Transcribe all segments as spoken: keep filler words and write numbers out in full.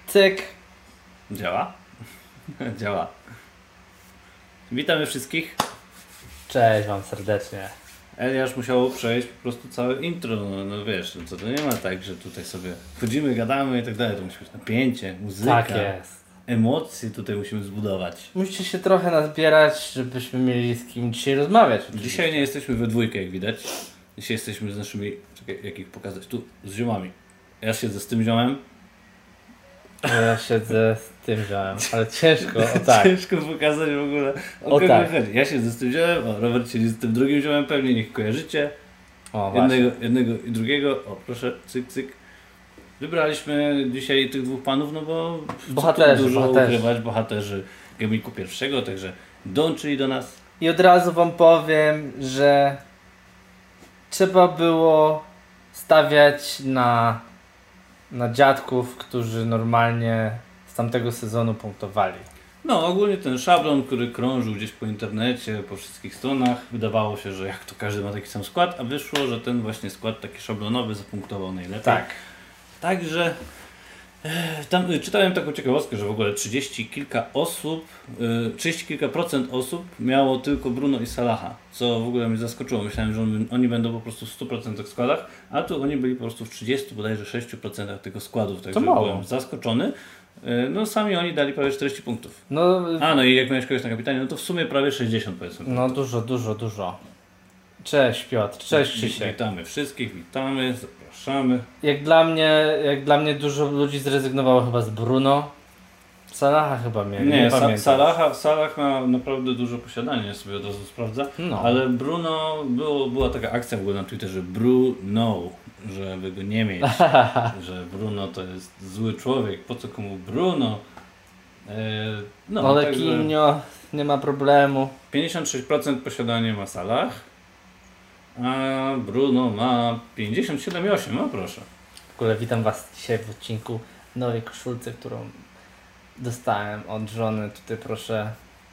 Cyk. Działa? Działa. Witamy wszystkich. Cześć wam serdecznie. Eliasz musiał przejść po prostu całe intro, no, no wiesz, no co to nie ma tak, że tutaj sobie wchodzimy, gadamy i tak dalej, to musi być napięcie, muzyka, Tak jest. emocje tutaj musimy zbudować. Musicie się trochę nazbierać, żebyśmy mieli z kim dzisiaj rozmawiać. Oczywiście. Dzisiaj nie jesteśmy we dwójkę, jak widać. Dzisiaj jesteśmy z naszymi, czekaj, jak ich pokazać, tu, z ziomami. Ja siedzę z tym ziomem. Ja siedzę z tym ziomem, ale ciężko, o tak. Ciężko pokazać w ogóle, o, O kogo tak. chodzi. Ja siedzę z tym ziomem, o, Robert siedzi z tym drugim ziomem, pewnie niech kojarzycie. O, właśnie. Jednego, jednego i drugiego. O, proszę, cyk, cyk. Wybraliśmy dzisiaj tych dwóch panów, no bo Bohaterzy, dużo bohaterzy. ukrywać, bohaterzy Gamingu pierwszego, także dołączyli do nas. I od razu wam powiem, że trzeba było stawiać na, na dziadków, którzy normalnie z tamtego sezonu punktowali. No, ogólnie ten szablon, który krążył gdzieś po internecie, po wszystkich stronach, wydawało się, że jak to każdy ma taki sam skład, a wyszło, że ten właśnie skład taki szablonowy zapunktował najlepiej. Tak. Także e, tam y, czytałem taką ciekawostkę, że w ogóle trzydzieści kilka osób, y, trzydzieści kilka procent osób miało tylko Bruno i Salaha, co w ogóle mnie zaskoczyło. Myślałem, że on, oni będą po prostu w stu procentach składach, a tu oni byli po prostu w trzydziestu, bodajże sześciu procentach tego składów, także mało. byłem zaskoczony. Y, no sami oni dali prawie czterdzieści punktów. No, A no i jak miałeś kogoś na kapitanie, no to w sumie prawie sześćdziesiąt powiedzmy. no dużo, dużo, dużo. Cześć Piotr, cześć Krzysiek. Witamy wszystkich, witamy, zapraszamy. Jak dla mnie, jak dla mnie dużo ludzi zrezygnowało chyba z Bruno. Salaha chyba mieli, nie, Nie, nie Sa- pamiętam. Salaha, Salah ma naprawdę dużo posiadania, ja sobie od razu sprawdzę. No. Ale Bruno, było, była taka akcja w ogóle na Twitterze, Bruno, żeby go nie mieć, że Bruno to jest zły człowiek, po co komu Bruno? E, no, No, ale także Kinio, nie ma problemu. pięćdziesiąt sześć procent posiadania ma Salah, a Bruno ma pięćdziesiąt siedem przecinek osiem, no proszę. W ogóle witam was dzisiaj w odcinku w nowej koszulce, którą dostałem od żony. Tutaj proszę,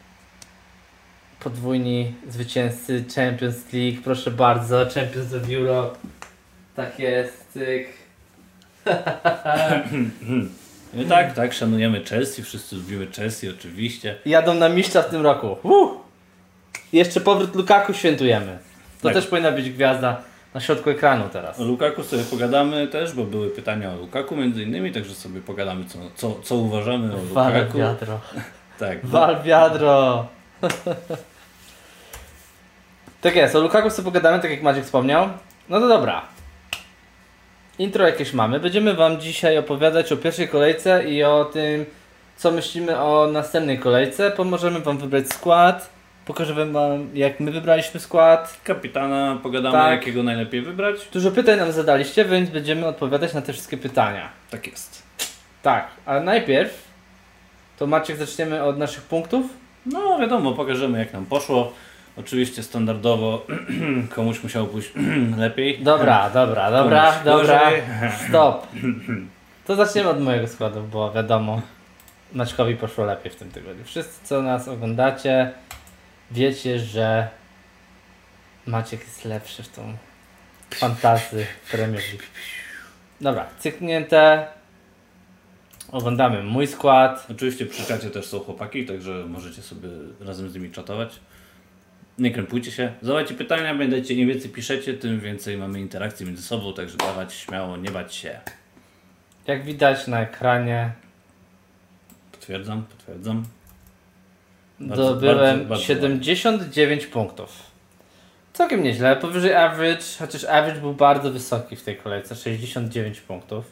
podwójni zwycięzcy Champions League, proszę bardzo, Champions of Europe. Tak jest, cyk. No tak, tak, szanujemy Chelsea, wszyscy lubimy Chelsea oczywiście. Jadą na mistrza w tym roku. Uh! Jeszcze powrót Lukaku świętujemy. To Tak. też powinna być gwiazda na środku ekranu teraz. O Lukaku sobie pogadamy też, bo były pytania o Lukaku między innymi, także sobie pogadamy co, co, co uważamy o Wal Lukaku. wiadro. Tak, Wal wiadro. Tak jest, o Lukaku sobie pogadamy, tak jak Maciek wspomniał. No to dobra. Intro jakieś mamy. Będziemy wam dzisiaj opowiadać o pierwszej kolejce i o tym, co myślimy o następnej kolejce. Pomożemy wam wybrać skład. Pokażę wam, jak my wybraliśmy skład. kapitana pogadamy, Tak. jakiego najlepiej wybrać. Dużo pytań nam zadaliście, więc będziemy odpowiadać na te wszystkie pytania. Tak jest. Tak, ale najpierw to Maciek, zaczniemy od naszych punktów. No wiadomo, pokażemy jak nam poszło. Oczywiście standardowo komuś musiało pójść lepiej. Dobra, dobra, dobra, Komuś dobra. gorzej. Stop. To zaczniemy od mojego składu, bo wiadomo, Maćkowi poszło lepiej w tym tygodniu. Wszyscy, co nas oglądacie, wiecie, że Maciek jest lepszy w tą fantazy Premier League. Dobra, cyknięte. Oglądamy mój skład. Oczywiście przy czacie też są chłopaki, także możecie sobie razem z nimi czatować. Nie krępujcie się. Zadawajcie pytania, będziecie, im więcej piszecie, tym więcej mamy interakcji między sobą, także dawać śmiało, nie bać się. Jak widać na ekranie, Potwierdzam, potwierdzam. Bardzo, zdobyłem bardzo, bardzo siedemdziesiąt dziewięć punktów. Całkiem nieźle, powyżej average, chociaż average był bardzo wysoki w tej kolejce, sześćdziesiąt dziewięć punktów.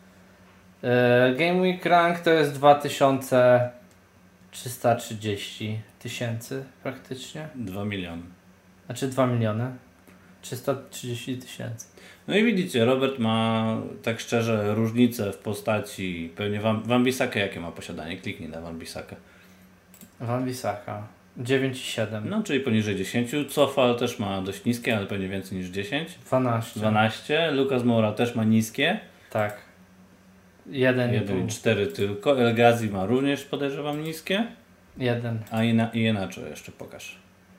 Yy, Game Week Rank to jest dwa tysiące trzysta trzydzieści tysięcy praktycznie. dwa miliony. Znaczy dwa miliony. trzysta trzydzieści tysięcy. No i widzicie, Robert ma tak szczerze różnicę w postaci, pewnie Van, Van Bissakę jakie ma posiadanie, kliknij na Van Bissakę. Van Bissaka dziewięć i siedem. No czyli poniżej dziesięć, Cofal też ma dość niskie, ale pewnie więcej niż dziesięć. dwanaście. dwanaście, Lucas Moura też ma niskie, Tak. jeden i jeden pół. i cztery tylko, El Ghazi ma również podejrzewam niskie, jeden. a Ina, i Inacho jeszcze pokaż.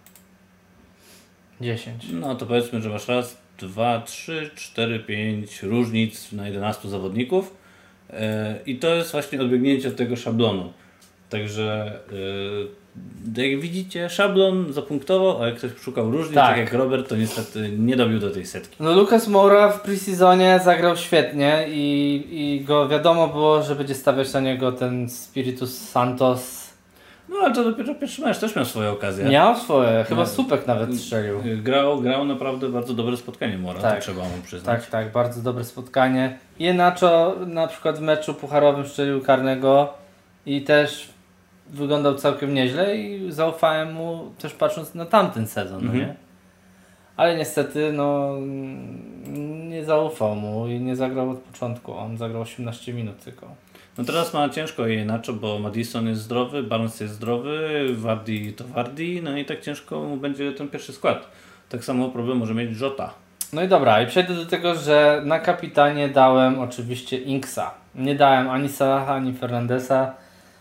dziesięć. No to powiedzmy, że masz raz, dwa, trzy, cztery, pięć różnic na jedenastu zawodników. I to jest właśnie odbiegnięcie od tego szablonu. Także jak widzicie, szablon zapunktował, a jak ktoś szukał różnic, tak. tak jak Robert, to niestety nie dobił do tej setki. No Lucas Moura w pre-seasonie zagrał świetnie i, i go wiadomo było, że będzie stawiać na niego ten Spiritus Santos. No ale to dopiero pierwszy mecz, też miał swoje okazje. Miał swoje, chyba Słupek nawet strzelił. Grał, grał naprawdę bardzo dobre spotkanie Mora, tak, to trzeba mu przyznać. Tak, tak, bardzo dobre spotkanie. Inaczej na przykład w meczu pucharowym strzelił karnego i też wyglądał całkiem nieźle i zaufałem mu też patrząc na tamten sezon, mhm. no nie? Ale niestety no nie zaufał mu i nie zagrał od początku, on zagrał osiemnaście minut tylko. No teraz ma ciężko jej inaczej, bo Madison jest zdrowy, Barnes jest zdrowy, Vardy to Vardy, no i tak ciężko mu będzie ten pierwszy skład. Tak samo problem może mieć Jota. No i dobra, i przejdę do tego, że na kapitanie dałem oczywiście Inksa. Nie dałem ani Salaha, ani Fernandesa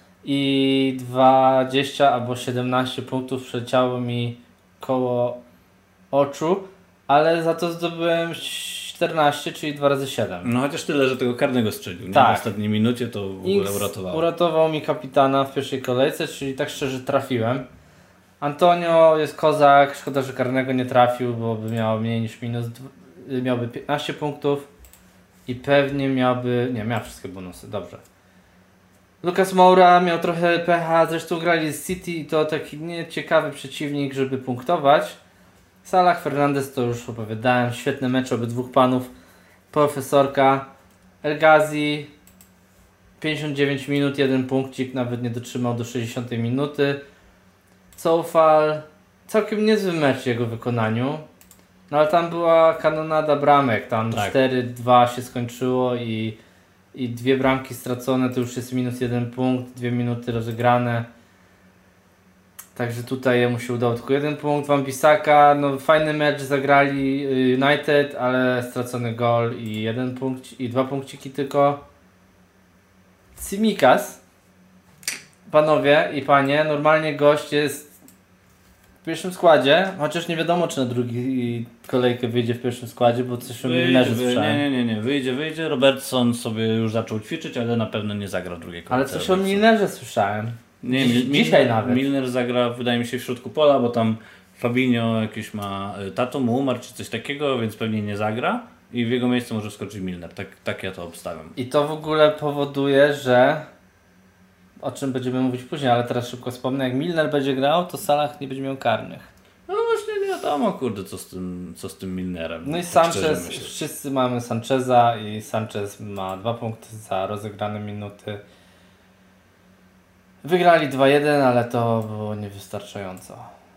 i dwadzieścia albo siedemnaście punktów przeleciało mi koło oczu, ale za to zdobyłem czternaście, czyli dwa razy siedem. No chociaż tyle, że tego karnego strzelił. Nie? Tak. W ostatniej minucie to w ogóle Inks uratowało. uratował mi kapitana w pierwszej kolejce, czyli tak szczerze trafiłem. Antonio jest kozak, szkoda, że karnego nie trafił, bo by miał mniej niż minus, miałby piętnaście punktów i pewnie miałby, nie, miał wszystkie bonusy, dobrze. Lucas Moura miał trochę pecha, zresztą grali z City i to taki nieciekawy przeciwnik, żeby punktować. Salah, Fernandez to już opowiadałem, świetne mecze obydwóch panów. Profesorka, El Ghazi, pięćdziesiąt dziewięć minut, jeden punkcik, nawet nie dotrzymał do sześćdziesiątej minuty. Coufal, całkiem niezły mecz w jego wykonaniu, no ale tam była kanonada bramek, tam tak. cztery dwa się skończyło i, i dwie bramki stracone, to już jest minus jeden punkt, dwie minuty rozegrane. Także tutaj jemu się udało tylko jeden punkt. Wan-Bissaka, no fajny mecz zagrali United, ale stracony gol i jeden punkt i dwa punkciki tylko. Tsimikas, panowie i panie, normalnie gość jest w pierwszym składzie, chociaż nie wiadomo czy na drugi kolejkę wyjdzie w pierwszym składzie, bo coś o Milnerze słyszałem. Nie, nie, nie, wyjdzie, wyjdzie. Robertson sobie już zaczął ćwiczyć, ale na pewno nie zagra drugiej kolejce. Ale coś o Milnerze słyszałem. Nie, Dziś, Mil dzisiaj nawet. Milner zagra, wydaje mi się, w środku pola, bo tam Fabinho jakieś ma, tato mu umarł czy coś takiego, więc pewnie nie zagra i w jego miejsce może wskoczyć Milner. Tak, tak ja to obstawiam. I to w ogóle powoduje, że o czym będziemy mówić później, ale teraz szybko wspomnę, jak Milner będzie grał, to Salah nie będzie miał karnych. No właśnie nie wiadomo, kurde, co z tym, co z tym Milnerem. No i Sanchez, wszyscy mamy Sancheza i Sanchez ma dwa punkty za rozegrane minuty. Wygrali dwa jeden, ale to było niewystarczająco.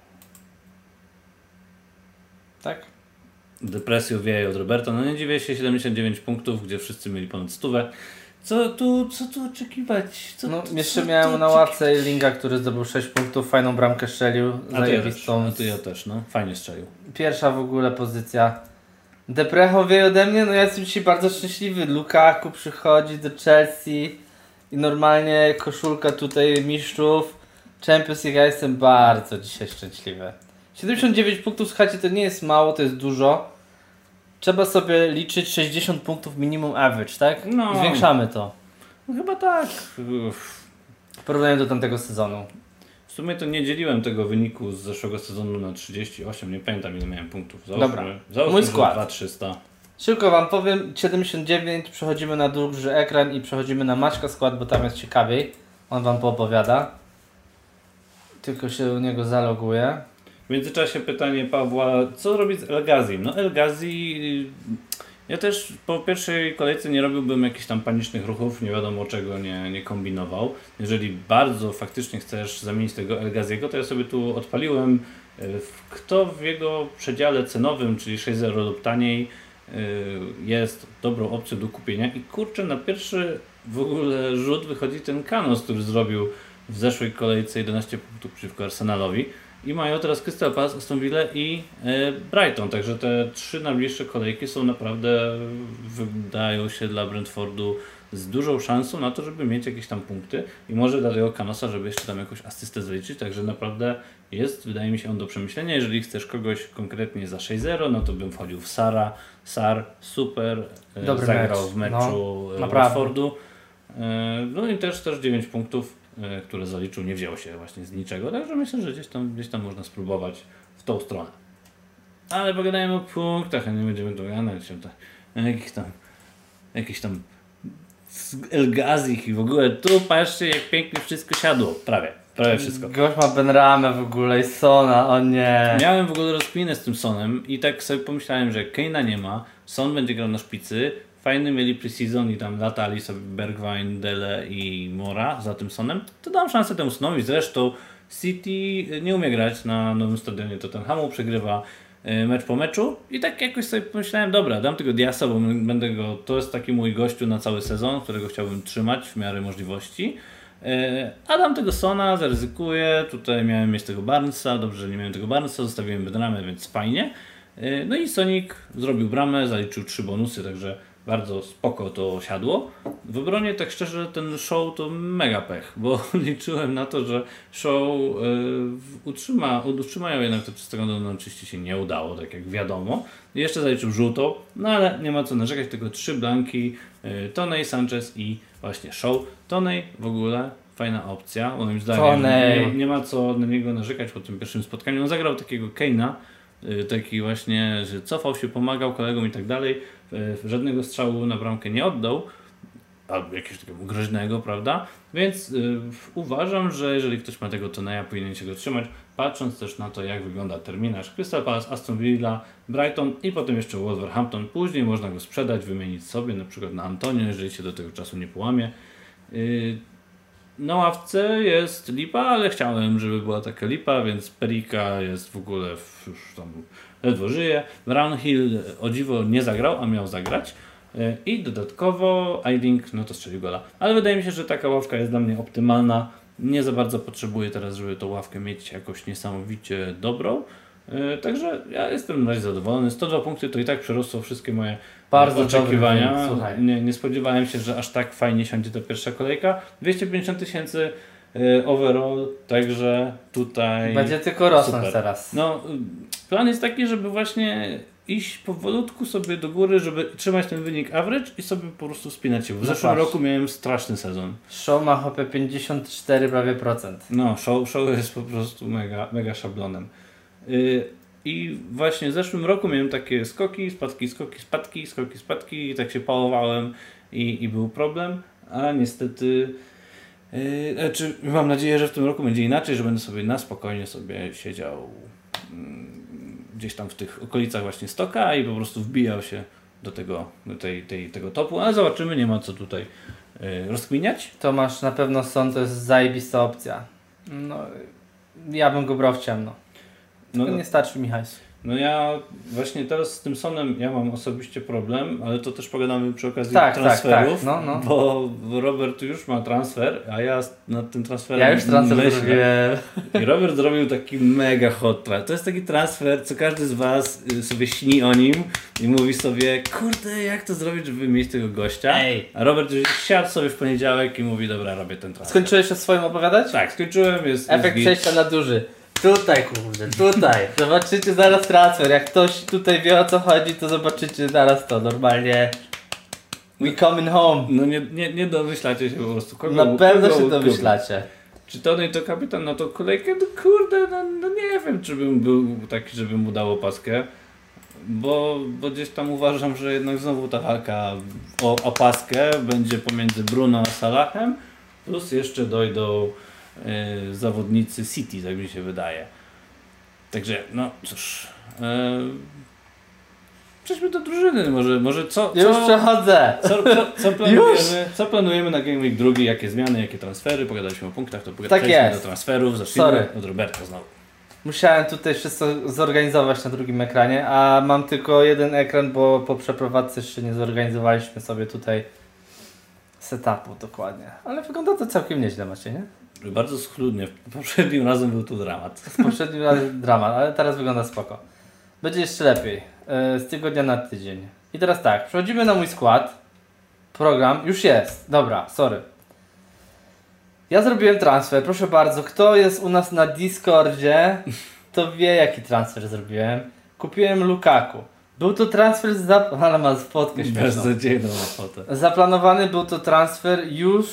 Tak? Depresją wieje od Roberta. No nie dziwię się, siedemdziesiąt dziewięć punktów, gdzie wszyscy mieli ponad stówę. Co tu, co tu oczekiwać? Co, no tu, jeszcze co miałem tu na ławce Linga, który zdobył sześć punktów, fajną bramkę strzelił. A to ja też, a to ja też, no. Fajnie strzelił. Pierwsza w ogóle pozycja. Deprecho wie ode mnie, no ja jestem dzisiaj bardzo szczęśliwy. Lukaku przychodzi do Chelsea. I normalnie koszulka tutaj mistrzów Champions League, ja jestem bardzo dzisiaj szczęśliwy. siedemdziesiąt dziewięć punktów, słuchajcie, to nie jest mało, to jest dużo. Trzeba sobie liczyć sześćdziesiąt punktów minimum average, tak? No. Zwiększamy to. No chyba tak. W porównaniu do tamtego sezonu. W sumie to nie dzieliłem tego wyniku z zeszłego sezonu na trzydzieści osiem, nie pamiętam ile miałem punktów. Załóżmy, Dobra, załóżmy, mój skład. dwa tysiące trzysta. Szybko wam powiem, siedemdziesiąt dziewięć, przechodzimy na duży ekran i przechodzimy na Maćka skład, bo tam jest ciekawiej. On wam poopowiada. Tylko się u niego zaloguje. W międzyczasie pytanie Pawła, co robić z El Ghazim? No El Ghazi, ja też po pierwszej kolejce nie robiłbym jakichś tam panicznych ruchów, nie wiadomo czego nie, nie kombinował. Jeżeli bardzo faktycznie chcesz zamienić tego El Ghaziego, to ja sobie tu odpaliłem, kto w jego przedziale cenowym, czyli sześć zero lub taniej, jest dobrą opcją do kupienia i kurczę, na pierwszy w ogóle rzut wychodzi ten Canos, który zrobił w zeszłej kolejce jedenaście punktów przeciwko Arsenalowi i mają teraz Crystal Palace, Aston Villa i e, Brighton, także te trzy najbliższe kolejki są naprawdę, wydają się dla Brentfordu z dużą szansą na to, żeby mieć jakieś tam punkty i może dla tego Canosa, żeby jeszcze tam jakąś asystę zaliczyć, także naprawdę jest, wydaje mi się, on do przemyślenia. Jeżeli chcesz kogoś konkretnie za sześć zero, no to bym wchodził w Sara. Sar super, Dobry zagrał mecz. w meczu no, Watfordu. No i też też dziewięć punktów, które zaliczył, nie wzięło się właśnie z niczego, także myślę, że gdzieś tam, gdzieś tam można spróbować w tą stronę. Ale pogadajmy o punktach, a nie będziemy dogadać się o jakichś tam, jakichś tam Elgazich i w ogóle. Tu patrzcie, jak pięknie wszystko siadło, prawie. Prawie wszystko. Gość ma Benramę w ogóle i Sona, o nie. Miałem w ogóle rozkminę z tym Sonem i tak sobie pomyślałem, że Kane'a nie ma, Son będzie grał na szpicy, fajny mieli pre-season i tam latali sobie Bergwijn, Dele i Mora za tym Sonem, to dam szansę temu Sonowi. Zresztą City nie umie grać na nowym stadionie Tottenhamu, przegrywa mecz po meczu i tak jakoś sobie pomyślałem, dobra, dam tego Diasa, bo będę go, to jest taki mój gościu na cały sezon, którego chciałbym trzymać w miarę możliwości. A dam tego Sona, zaryzykuję, tutaj miałem mieć tego Barnesa, dobrze, że nie miałem tego Barnesa, zostawiłem Benramę, więc fajnie. No i Sonik zrobił bramę, zaliczył trzy bonusy, także bardzo spoko to siadło. W obronie tak szczerze ten Show to mega pech, bo liczyłem na to, że Show yy, utrzyma, utrzymają jednak to czystego, no oczywiście się nie udało, tak jak wiadomo. I jeszcze zaliczył żółtą, no ale nie ma co narzekać, tylko trzy blanki, yy, Toney, Sanchez i właśnie Show. Toney w ogóle fajna opcja, moim zdaniem nie, nie ma co na niego narzekać po tym pierwszym spotkaniu. On zagrał takiego Kane'a, taki właśnie, że cofał się, pomagał kolegom i tak dalej, żadnego strzału na bramkę nie oddał, albo jakiegoś takiego groźnego, prawda? Więc yy, uważam, że jeżeli ktoś ma tego Toneya, powinien się go trzymać, patrząc też na to, jak wygląda terminarz. Crystal Palace, Aston Villa, Brighton i potem jeszcze Wolverhampton. Później można go sprzedać, wymienić sobie, na przykład na Antonio, jeżeli się do tego czasu nie połamie. Yy, Na ławce jest lipa, ale chciałem, żeby była taka lipa, więc Perika jest w ogóle w, już tam ledwo żyje. Brownhill o dziwo nie zagrał, a miał zagrać. I dodatkowo Eiling, no to strzelił gola. Ale wydaje mi się, że taka ławka jest dla mnie optymalna. Nie za bardzo potrzebuję teraz, żeby tą ławkę mieć jakoś niesamowicie dobrą. Także ja jestem na razie zadowolony. sto dwa punkty to i tak przerosło wszystkie moje bardzo oczekiwania. Nie, nie spodziewałem się, że aż tak fajnie siądzie ta pierwsza kolejka. dwieście pięćdziesiąt tysięcy overall, także tutaj będzie tylko rosnąć super. Teraz. No, plan jest taki, żeby właśnie iść powolutku sobie do góry, żeby trzymać ten wynik average i sobie po prostu wspinać się. W zeszłym Zapatrz. roku miałem straszny sezon. Show ma chopie pięćdziesiąt cztery prawie procent. No, show, show jest po prostu mega, mega szablonem. Yy, I właśnie w zeszłym roku miałem takie skoki, spadki, skoki, spadki, skoki, spadki i tak się pałowałem i, i był problem, a niestety yy, znaczy, mam nadzieję, że w tym roku będzie inaczej, że będę sobie na spokojnie sobie siedział yy, gdzieś tam w tych okolicach właśnie stoka i po prostu wbijał się do tego, do tej, tej, tego topu, ale zobaczymy, nie ma co tutaj yy, rozkminiać. Tomasz, na pewno Son to jest zajebista opcja. No, ja bym go brał w ciemno. No, nie starczy mi hajsu. No ja właśnie teraz z tym Sonem ja mam osobiście problem, ale to też pogadamy przy okazji tak, transferów, tak, tak. No, no. Bo Robert już ma transfer, a ja nad tym transferem Ja już transfer myślę. zrobiłem. I Robert zrobił taki mega hot transfer. To jest taki transfer, co każdy z was sobie śni o nim i mówi sobie, kurde, jak to zrobić, żeby mieć tego gościa. Ej. A Robert już siadł sobie w poniedziałek i mówi, dobra, robię ten transfer. Skończyłeś o swoim opowiadać? Tak, skończyłem. Jest, Efekt jest przejścia na duży. Tutaj kurde, tutaj. Zobaczycie zaraz transfer. Jak ktoś tutaj wie o co chodzi, to zobaczycie zaraz to. Normalnie we coming home. No nie, nie, nie domyślacie się po prostu. Kogo, Na pewno kogo się kogo? domyślacie. Czy Toney to kapitan na tą kolejkę? No kurde, no, no nie wiem, czy bym był taki, żeby mu dało paskę. Bo, bo gdzieś tam uważam, że jednak znowu ta walka o, o paskę będzie pomiędzy Bruno a Salahem. Plus jeszcze dojdą y, zawodnicy City, tak mi się wydaje. Także, no cóż. Y, Przejdźmy do drużyny, może, może co, co, Już przechodzę. co, co, co, planujemy, co planujemy na Game Week drugi, jakie zmiany, jakie transfery, pogadaliśmy o punktach, to przejdźmy jest. do transferów, zacznijmy Sorry. od Roberta znowu. Musiałem tutaj wszystko zorganizować na drugim ekranie, a mam tylko jeden ekran, bo po przeprowadzce jeszcze nie zorganizowaliśmy sobie tutaj setupu dokładnie. Ale wygląda to całkiem nieźle, macie, nie? Bardzo schludnie, poprzednim razem był tu dramat. Poprzednim razem dramat, ale teraz wygląda spoko. Będzie jeszcze lepiej. Yy, z tygodnia na tydzień. I teraz tak, przechodzimy na mój skład. Program już jest. Dobra, sorry. Ja zrobiłem transfer, proszę bardzo. Kto jest u nas na Discordzie, to wie jaki transfer zrobiłem. Kupiłem Lukaku. Był to transfer, za... ale ma fotkę śmieszną. Beznadziejną fotę. Zaplanowany był to transfer już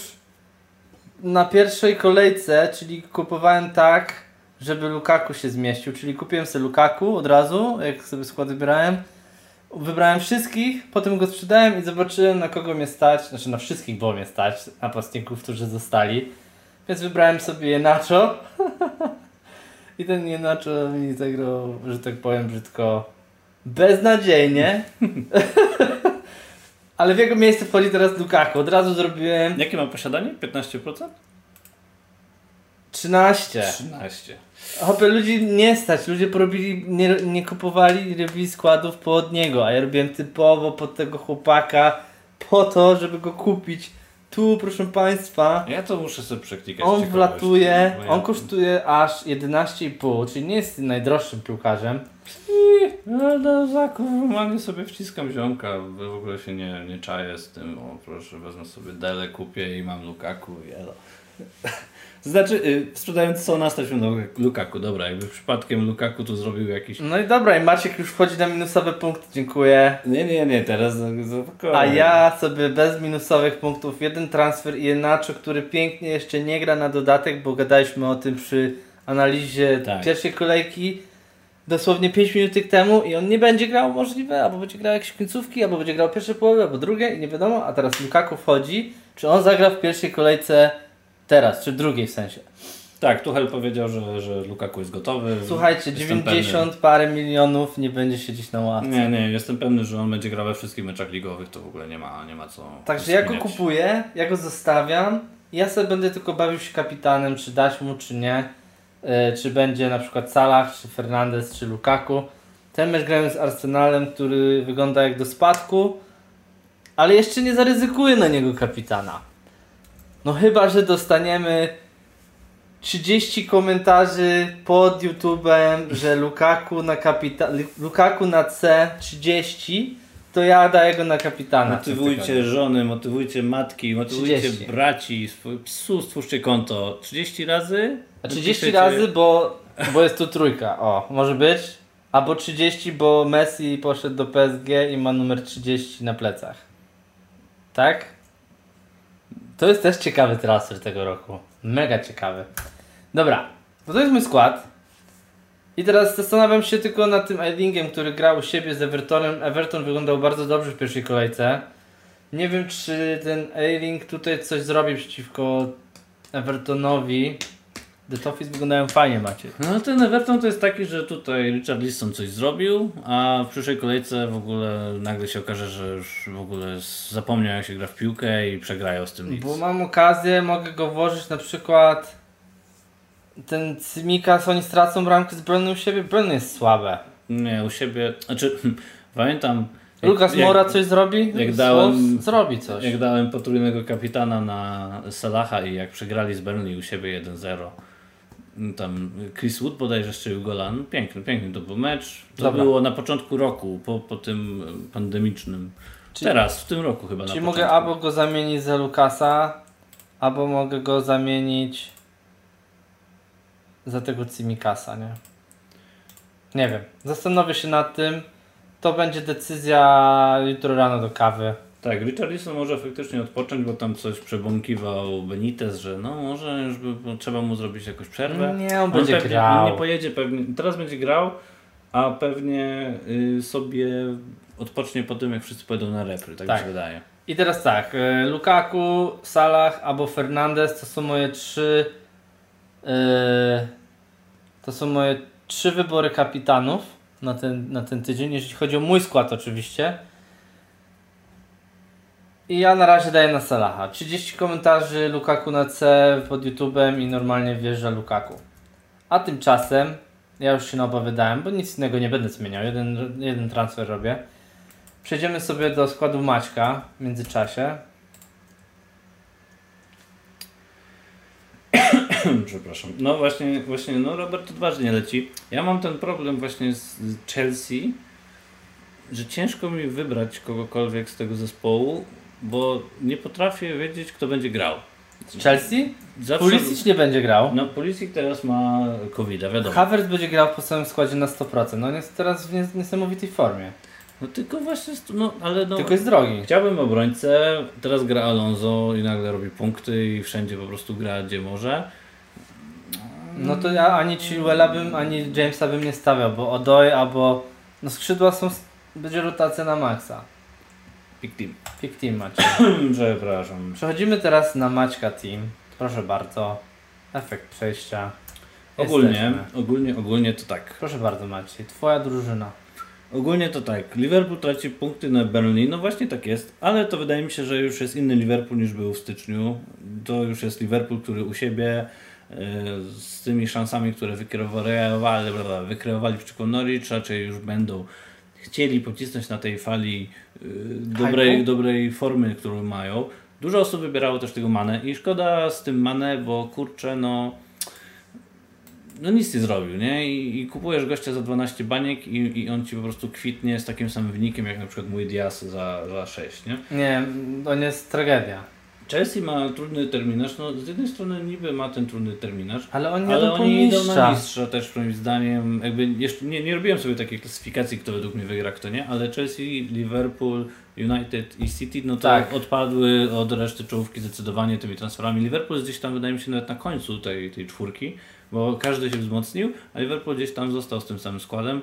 na pierwszej kolejce, czyli kupowałem tak, żeby Lukaku się zmieścił, czyli kupiłem sobie Lukaku od razu, jak sobie skład wybierałem. Wybrałem wszystkich, potem go sprzedałem i zobaczyłem, na kogo mnie stać, znaczy na wszystkich było mnie stać, napastników, którzy zostali. Więc wybrałem sobie Jenacho. I ten Jenacho mi zagrał, że tak powiem brzydko, beznadziejnie. Ale w jego miejsce wchodzi teraz Lukaku. Od razu zrobiłem... Jakie ma posiadanie? piętnaście procent? trzynaście. trzynaście. Hopie, ludzi nie stać. Ludzie porobili, nie, nie kupowali i robili składów pod niego. A ja robiłem typowo pod tego chłopaka po to, żeby go kupić. Tu, proszę Państwa, Ja to muszę sobie przeklikać. on ciekawości, wlatuje, bo ja- on kosztuje aż jedenaście i pół, czyli nie jest najdroższym piłkarzem. No, no zakup, normalnie sobie wciskam ziomka, w ogóle się nie, nie czaję z tym, o proszę, wezmę sobie Dele, kupię i mam Lukaku i elo. Znaczy, y, sprzedając co nastać na Lukaku, dobra, jakby przypadkiem Lukaku tu zrobił jakiś... No i dobra, i Maciek już wchodzi na minusowe punkty, dziękuję. Nie, nie, nie, teraz spokojnie. A ja sobie bez minusowych punktów, jeden transfer i Jenacho, który pięknie jeszcze nie gra na dodatek, bo gadaliśmy o tym przy analizie Tak. pierwszej kolejki dosłownie pięć minutek temu i on nie będzie grał możliwe, albo będzie grał jakieś końcówki, albo będzie grał pierwsze połowy, albo drugie i nie wiadomo, a teraz Lukaku wchodzi, czy on zagra w pierwszej kolejce teraz, czy drugiej w sensie. Tak, Tuchel powiedział, że, że Lukaku jest gotowy. Słuchajcie, Jestem dziewięćdziesiąt parę milionów nie będzie siedzieć na ławce. Nie, nie, jestem pewny, że on będzie grał we wszystkich meczach ligowych, to w ogóle nie ma, nie ma co. Także ja go zmieniać. kupuję, ja go zostawiam. Ja sobie będę tylko bawił się kapitanem, czy dać mu, czy nie. Yy, czy będzie na przykład Salah, czy Fernandes, czy Lukaku. Ten mecz grałem z Arsenalem, który wygląda jak do spadku, ale jeszcze nie zaryzykuję na niego kapitana. No chyba, że dostaniemy trzydzieści komentarzy pod YouTube'em, że Lukaku na kapita Lukaku na C trzydzieści, to ja daję go na kapitana. Motywujcie żony, motywujcie matki, motywujcie trzydzieści. braci, sw- psu stwórzcie konto. trzydzieści razy? A trzydzieści Piszecie- razy, bo, bo jest tu trójka. O, może być. Albo trzydzieści, bo Messi poszedł do P S G i ma numer trzydzieści na plecach. Tak? To jest też ciekawy transfer tego roku. Mega ciekawy. Dobra, to, to jest mój skład. I teraz zastanawiam się tylko nad tym Eilingiem, który grał u siebie z Evertonem. Everton wyglądał bardzo dobrze w pierwszej kolejce. Nie wiem, czy ten Eiling tutaj coś zrobi przeciwko Evertonowi. The Toffees wyglądają fajnie, Maciek. No ten Everton to jest taki, że tutaj Richard Lisson coś zrobił, a w przyszłej kolejce w ogóle nagle się okaże, że już w ogóle zapomniał jak się gra w piłkę i przegrają z tym nic. Bo mam okazję, mogę go włożyć na przykład ten Tsimikas, oni stracą bramkę z Burnley u siebie, Burnley jest słabe. Nie, u siebie, znaczy pamiętam... jak- Lukas jak- Moura coś zrobi? jak dałem- Wolves zrobi coś. Jak dałem potrójnego kapitana na Salaha i jak przegrali z Burnley u siebie jeden zero. Tam Chris Wood bodajże strzelił gola. No, piękny, piękny to był mecz. To Dobra. było na początku roku, po, po tym pandemicznym. Czyli- Teraz, w tym roku chyba Czyli na mogę początku. albo go zamienić za Lukasa, albo mogę go zamienić za tego Tsimikasa, nie? Nie wiem. Zastanowię się nad tym. To będzie decyzja jutro rano do kawy. Tak, Richarlison może faktycznie odpocząć, bo tam coś przebąkiwał Benitez, że no może już by, bo trzeba mu zrobić jakąś przerwę. Nie, on będzie pewnie, grał. On nie pojedzie pewnie, teraz będzie grał, a pewnie y, sobie odpocznie po tym, jak wszyscy pojedą na repry, tak, Tak. mi się wydaje. I teraz tak, y, Lukaku, Salah albo Fernandes to są moje trzy y, to są moje trzy wybory kapitanów na ten, na ten tydzień, jeżeli chodzi o mój skład oczywiście. I ja na razie daję na Salaha. trzydzieści komentarzy Lukaku na C pod YouTube'em i normalnie wjeżdża Lukaku. A tymczasem ja już się na oba wydałem, bo nic innego nie będę zmieniał. Jeden, jeden transfer robię. Przejdziemy sobie do składu Maćka w międzyczasie. Przepraszam. No właśnie, właśnie, no Robert odważnie leci. Ja mam ten problem właśnie z Chelsea, że ciężko mi wybrać kogokolwiek z tego zespołu, bo nie potrafię wiedzieć, kto będzie grał. Chelsea? Zawsze... Pulisic nie będzie grał. No Pulisic teraz ma kowida, wiadomo. Havertz będzie grał po samym składzie na sto procent. No on jest teraz w nies- niesamowitej formie. No tylko właśnie, no ale no... Tylko jest drogi. Chciałbym obrońcę, teraz gra Alonso i nagle robi punkty i wszędzie po prostu gra gdzie może. No to ja ani Chilwella bym, ani Jamesa bym nie stawiał, bo Odoi albo... No skrzydła są... Będzie rotacja na maksa. Pick team. Pick team macie. Przepraszam. Przechodzimy teraz na Maćka team. Proszę bardzo. Efekt przejścia. Ogólnie, Jesteśmy. ogólnie, ogólnie to tak. Proszę bardzo Maciej, twoja drużyna. Ogólnie to tak. Liverpool traci punkty na Burnley. No właśnie tak jest, ale to wydaje mi się, że już jest inny Liverpool niż był w styczniu. To już jest Liverpool, który u siebie z tymi szansami, które wykreowali, wykreowali przeciwko Norwich, raczej już będą chcieli pocisnąć na tej fali dobrej, dobrej formy, którą mają. Dużo osób wybierało też tego Mane i szkoda z tym Mane, bo kurczę, no no nic nie zrobił, nie? I, i kupujesz gościa za dwanaście baniek i, i on ci po prostu kwitnie z takim samym wynikiem jak na przykład mój Diaz za, za sześć, nie? Nie, to nie jest tragedia. Chelsea ma trudny terminarz, no z jednej strony niby ma ten trudny terminarz, ale oni, ale oni idą mistrza. na mistrza też moim zdaniem, jakby jeszcze nie, nie robiłem sobie takiej klasyfikacji, kto według mnie wygra, kto nie, ale Chelsea, Liverpool, United i City, no to tak. odpadły od reszty czołówki zdecydowanie tymi transferami. Liverpool jest gdzieś tam, wydaje mi się, nawet na końcu tej, tej czwórki, bo każdy się wzmocnił, a Liverpool gdzieś tam został z tym samym składem.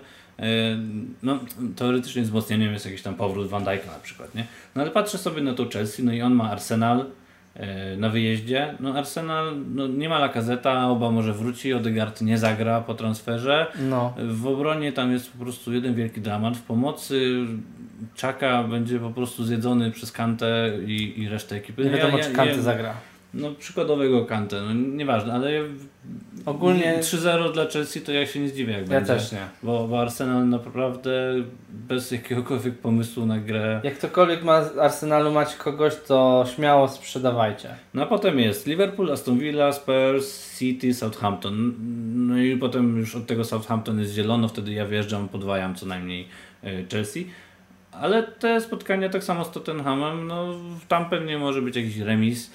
No, teoretycznie wzmocnieniem jest jakiś tam powrót Van Dijk'a na przykład, nie? No ale patrzę sobie na to Chelsea, no i on ma Arsenal e, na wyjeździe. No Arsenal no, nie ma Lacazeta, Oba może wróci, Odegaard nie zagra po transferze. No. W obronie tam jest po prostu jeden wielki dramat. W pomocy Xhaka będzie po prostu zjedzony przez Kantę i, i resztę ekipy. Nie wiadomo, ja, czy ja, Kantę ja, zagra. No przykładowego Kantę, no nieważne, ale ogólnie trzy zero dla Chelsea to ja się nie zdziwię jak ja będzie. Ja też nie. Bo, bo Arsenal naprawdę bez jakiegokolwiek pomysłu na grę. Jak ktokolwiek ma z Arsenalu mać kogoś, to śmiało sprzedawajcie. No a potem jest Liverpool, Aston Villa, Spurs, City, Southampton. No i potem już od tego Southampton jest zielono, wtedy ja wjeżdżam, podwajam co najmniej Chelsea. Ale te spotkania tak samo z Tottenhamem, no tam pewnie może być jakiś remis.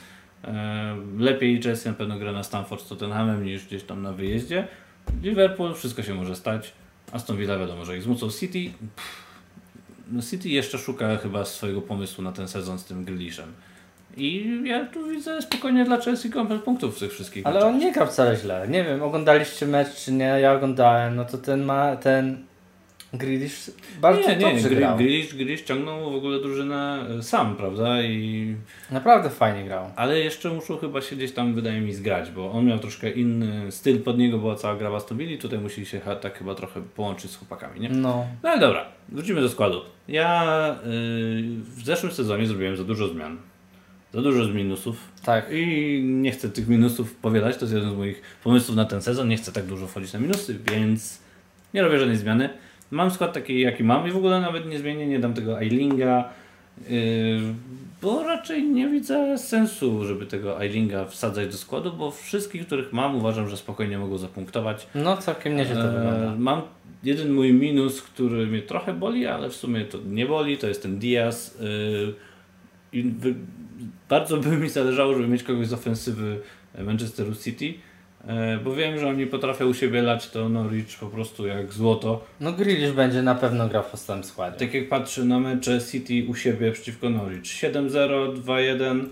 Lepiej Chelsea na pewno gra na Stamford z Tottenhamem niż gdzieś tam na wyjeździe. Liverpool, wszystko się może stać. Aston Villa wiadomo, że ich zmucą. City, pff, no City jeszcze szuka chyba swojego pomysłu na ten sezon z tym Grealishem. I ja tu widzę spokojnie dla Chelsea komplet punktów w tych wszystkich ale meczach. on nie grał wcale źle. Nie wiem, oglądaliście mecz czy nie, ja oglądałem, no to ten ma ten Grealish bardzo nie, dobrze nie, grał. Grealish, Grealish ciągnął w ogóle drużynę sam, prawda? I... Naprawdę fajnie grał. Ale jeszcze muszą chyba się gdzieś tam, wydaje mi, zgrać, bo on miał troszkę inny styl, pod niego była cała gra w Aston Villa, tutaj musieli się tak chyba trochę połączyć z chłopakami, nie? No. No ale dobra, wrócimy do składu. Ja yy, w zeszłym sezonie zrobiłem za dużo zmian. Za dużo z minusów. Tak. I nie chcę tych minusów powielać, to jest jeden z moich pomysłów na ten sezon, nie chcę tak dużo wchodzić na minusy, więc nie robię żadnej zmiany. Mam skład taki, jaki mam i w ogóle nawet nie zmienię, nie dam tego Eilinga, yy, bo raczej nie widzę sensu, żeby tego Eilinga wsadzać do składu, bo wszystkich, których mam, uważam, że spokojnie mogą zapunktować. No całkiem nieźle to yy, wygląda. Mam jeden mój minus, który mnie trochę boli, ale w sumie to nie boli, to jest ten Diaz. Yy, i wy, bardzo by mi zależało, żeby mieć kogoś z ofensywy Manchesteru City. Bo wiem, że oni potrafią u siebie lać to Norwich po prostu jak złoto. No Grealish będzie na pewno grał w podstawowym składzie. Tak jak patrzę na mecze City u siebie przeciwko Norwich. siedem zero, dwa jeden,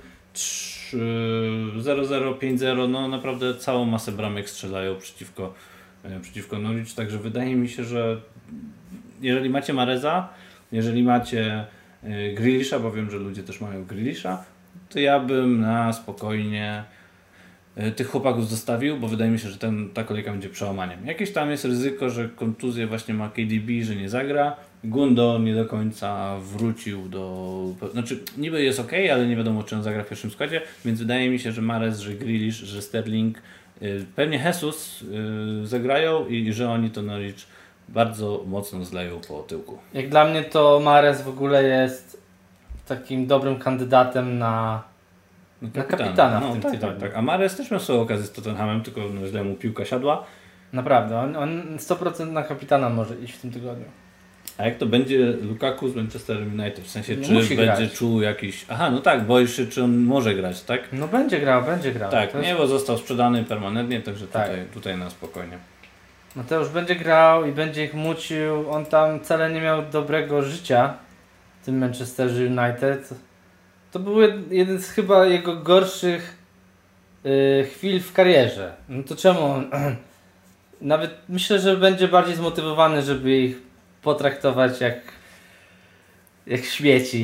zero zero, pięć zero. No naprawdę całą masę bramek strzelają przeciwko, przeciwko Norwich. Także wydaje mi się, że jeżeli macie Mareza, jeżeli macie Grealisha, bo wiem, że ludzie też mają Grealisha, to ja bym na spokojnie tych chłopaków zostawił, bo wydaje mi się, że ten, ta kolejka będzie przełamaniem. Jakieś tam jest ryzyko, że kontuzję właśnie ma K D B, że nie zagra. Gundo nie do końca wrócił do... Znaczy niby jest ok, ale nie wiadomo, czy on zagra w pierwszym składzie, więc wydaje mi się, że Mahrez, że Grealish, że Sterling, yy, pewnie Jesus yy, zagrają i że oni to Norwich bardzo mocno zleją po tyłku. Jak dla mnie to Mahrez w ogóle jest takim dobrym kandydatem na No, na kapitana, kapitana w no, tym tak, tygodniu. tak, tak. A Mahrez też miał swoją okazję z Tottenhamem, tylko no, źle mu piłka siadła. Naprawdę, on, on sto procent na kapitana może iść w tym tygodniu. A jak to będzie Lukaku z Manchester United? W sensie, Nie czy musi będzie grać. czuł jakiś... Aha, no tak, boisz się, czy on może grać, tak? No będzie grał, będzie grał. Tak, To jest... nie, bo został sprzedany permanentnie, także Tak. tutaj, tutaj na spokojnie. Mateusz będzie grał i będzie ich mucił. On tam wcale nie miał dobrego życia w tym Manchester United. To był jed- jeden z chyba jego gorszych yy, chwil w karierze. No to czemu on... Nawet myślę, że będzie bardziej zmotywowany, żeby ich potraktować jak jak śmieci.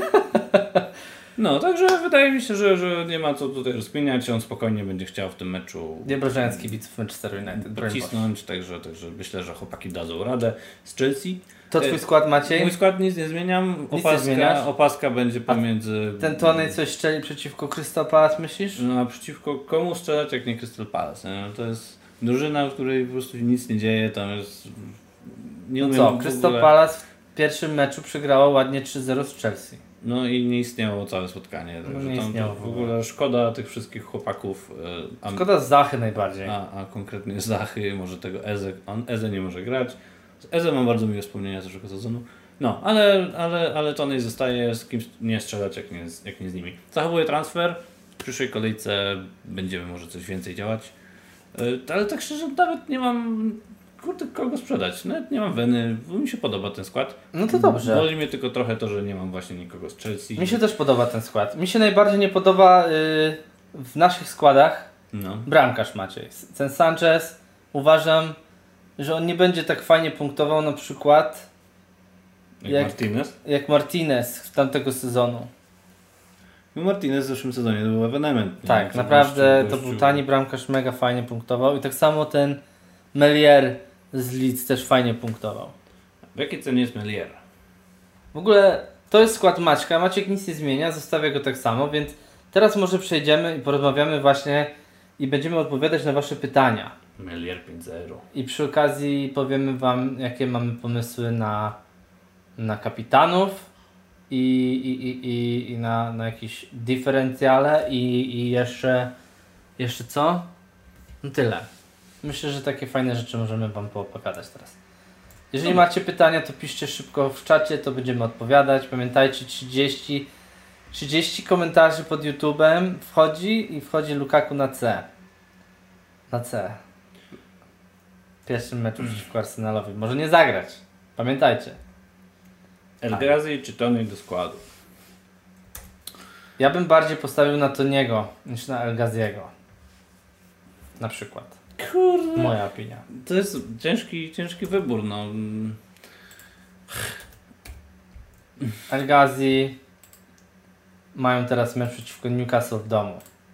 No, także wydaje mi się, że, że nie ma co tutaj rozkminiać. On spokojnie będzie chciał w tym meczu Nie obrażając kibiców Manchester United. pocisnąć, także, także myślę, że chłopaki dadzą radę z Chelsea. To twój skład, Maciej? Mój skład nic nie zmieniam. Nic Opaska, nie opaska będzie pomiędzy... Ten Tony coś strzeli przeciwko Crystal Palace, myślisz? No a przeciwko komu strzelać, jak nie Crystal Palace? Nie? To jest drużyna, w której po prostu nic nie dzieje, tam jest... Nie No umiem co, w Crystal ogóle... Palace w pierwszym meczu przegrało ładnie trzy zero z Chelsea. No i nie istniało całe spotkanie. No Także nie tam istniało to w w ogóle. ogóle szkoda tych wszystkich chłopaków. e, A, Szkoda z Zachy najbardziej. a, a konkretnie Zachy, może tego Eze. On Eze nie może grać. Z Eze mam bardzo miłe wspomnienia z zeszłego sezonu. No, ale, ale, ale Tony zostaje, z kimś nie strzelać, jak nie, z- jak nie z nimi. Zachowuję transfer. W przyszłej kolejce będziemy może coś więcej działać. E, Ale tak szczerze, nawet nie mam kurde kogo sprzedać. Nawet nie mam weny, bo mi się podoba ten skład. No to dobrze. Boli mnie tylko trochę to, że nie mam właśnie nikogo z Chelsea. Mi się też podoba ten skład. Mi się najbardziej nie podoba yy, w naszych składach No. bramkarz Maciej. Ten Sanchez, uważam, że on nie będzie tak fajnie punktował na przykład Jak, Jak- Martinez? jak Martinez z tamtego sezonu. No Martinez w zeszłym sezonie to był ewenement. nie? Tak, To naprawdę gościu- to gościu- był tani bramkarz, mega fajnie punktował i tak samo ten Melier z Leeds też fajnie punktował. W jakiej cenie jest Melier? W ogóle to jest skład Maćka, Maciek nic nie zmienia, zostawia go tak samo, więc teraz może przejdziemy i porozmawiamy właśnie i będziemy odpowiadać na Wasze pytania. Melier pięć zero. I przy okazji powiemy Wam, jakie mamy pomysły na, na kapitanów i, i, i, i, i na, na jakieś dyferencjale i, i jeszcze, jeszcze co? No tyle. Myślę, że takie fajne rzeczy możemy Wam poopowiadać teraz. Jeżeli Dobra. macie pytania, to piszcie szybko w czacie, to będziemy odpowiadać. Pamiętajcie, trzydzieści, trzydzieści komentarzy pod YouTube'em wchodzi i wchodzi Lukaku na C. Na C. W pierwszym meczu przeciwko Arsenalowi. Może nie zagrać. Pamiętajcie. El Ghazi czy Tony do składu? Ja bym bardziej postawił na Toniego niż na El Ghaziego. Na przykład. Kurde. Moja opinia. To jest ciężki, ciężki wybór. No. El Ghazi mają teraz mecz przeciwko Newcastle w domu.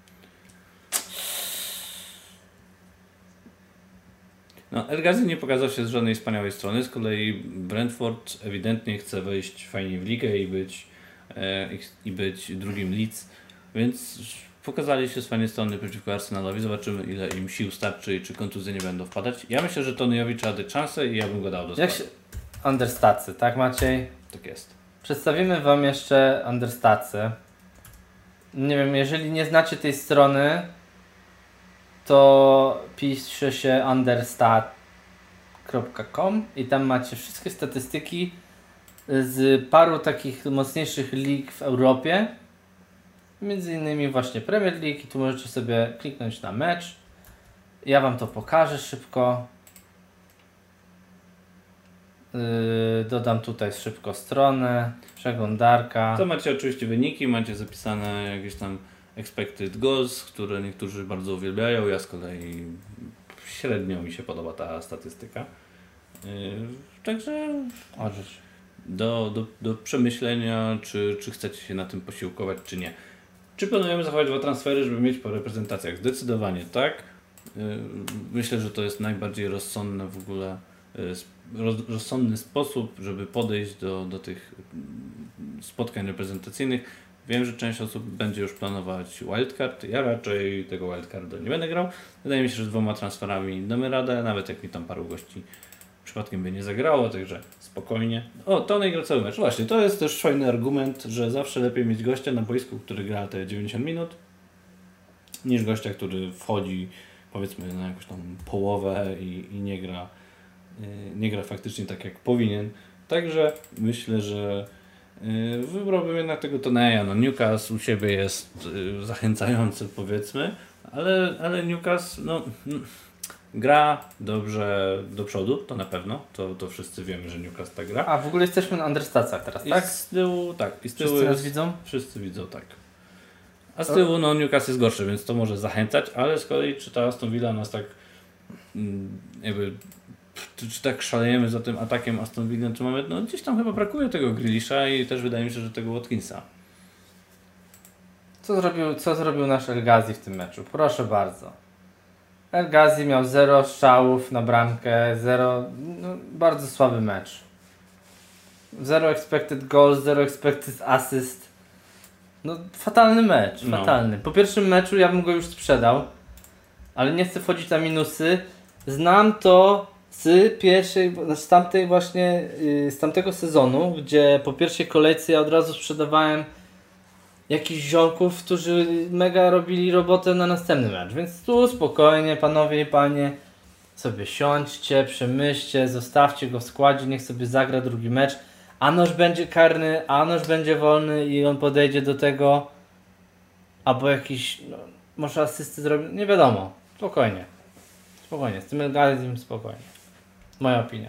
No, El Ghazi nie pokazał się z żadnej wspaniałej strony. Z kolei Brentford ewidentnie chce wejść fajnie w ligę i być, e, i- i być drugim Leeds. Więc pokazali się z fajnej strony przeciwko Arsenalowi. Zobaczymy, ile im sił starczy i czy kontuzje nie będą wpadać. Ja myślę, że Tonyowi trzeba dać szansę i ja bym go dał do składu. Jak się... Understatsy, tak Maciej? Tak jest. Przedstawimy Wam jeszcze Understatsy. Nie wiem, jeżeli nie znacie tej strony, to pisze się understat kropka com i tam macie wszystkie statystyki z paru takich mocniejszych lig w Europie. Między innymi właśnie Premier League i tu możecie sobie kliknąć na mecz. Ja Wam to pokażę szybko. Yy, dodam tutaj szybko stronę, przeglądarka. To macie oczywiście wyniki, macie zapisane jakieś tam expected goals, które niektórzy bardzo uwielbiają. Ja z kolei średnio mi się podoba ta statystyka. Yy, także Odrzuć. do, do, do przemyślenia, czy, czy chcecie się na tym posiłkować, czy nie. Czy planujemy zachować dwa transfery, żeby mieć po reprezentacjach? Zdecydowanie tak. Yy, Myślę, że to jest najbardziej rozsądne w ogóle, yy, sp- roz, rozsądny sposób, żeby podejść do, do tych mm, spotkań reprezentacyjnych. Wiem, że część osób będzie już planować wildcard. Ja raczej tego wildcarda nie będę grał. Wydaje mi się, że z dwoma transferami damy radę, nawet jak mi tam paru gości przypadkiem by nie zagrało, także spokojnie. O, Tony gra cały mecz. Właśnie, to jest też fajny argument, że zawsze lepiej mieć gościa na boisku, który gra te dziewięćdziesiąt minut, niż gościa, który wchodzi powiedzmy na jakąś tam połowę i, i nie gra yy, nie gra faktycznie tak jak powinien. Także myślę, że yy, wybrałbym jednak tego Toneja. No, Newcastle u siebie jest yy, zachęcający powiedzmy, ale, ale Newcastle no, gra dobrze do przodu, to na pewno, to, to wszyscy wiemy, że Newcastle tak gra. A w ogóle jesteśmy na understacach teraz, I tak? z tyłu, tak. I z tyłu Wszyscy nas jest, widzą? Wszyscy widzą, tak. A z tyłu no, Newcastle jest gorszy, więc to może zachęcać, ale z kolei czy ta Aston Villa nas tak mm, jakby czy, czy tak szalejemy za tym atakiem Aston Villa, czy mamy, no gdzieś tam chyba brakuje tego Grealisha i też wydaje mi się, że tego Watkinsa. Co zrobił, co zrobił nasz El Ghazi w tym meczu? Proszę bardzo. El Ghazi miał zero strzałów na bramkę, zero, no, bardzo słaby mecz. Zero expected goals, zero expected assist. No fatalny mecz, No. fatalny. Po pierwszym meczu ja bym go już sprzedał, ale nie chcę wchodzić na minusy. Znam to z pierwszej, z tamtej właśnie, yy, z tamtego sezonu, gdzie po pierwszej kolejce ja od razu sprzedawałem jakichś ziomków, którzy mega robili robotę na następny mecz. Więc tu spokojnie, panowie i panie, sobie siądźcie, przemyślcie, zostawcie go w składzie, niech sobie zagra drugi mecz. Anoż będzie karny, anoż będzie wolny i on podejdzie do tego, albo jakiś, no, może asysty zrobić, nie wiadomo. Spokojnie. Spokojnie, z tym El Ghazim spokojnie. Moja opinia.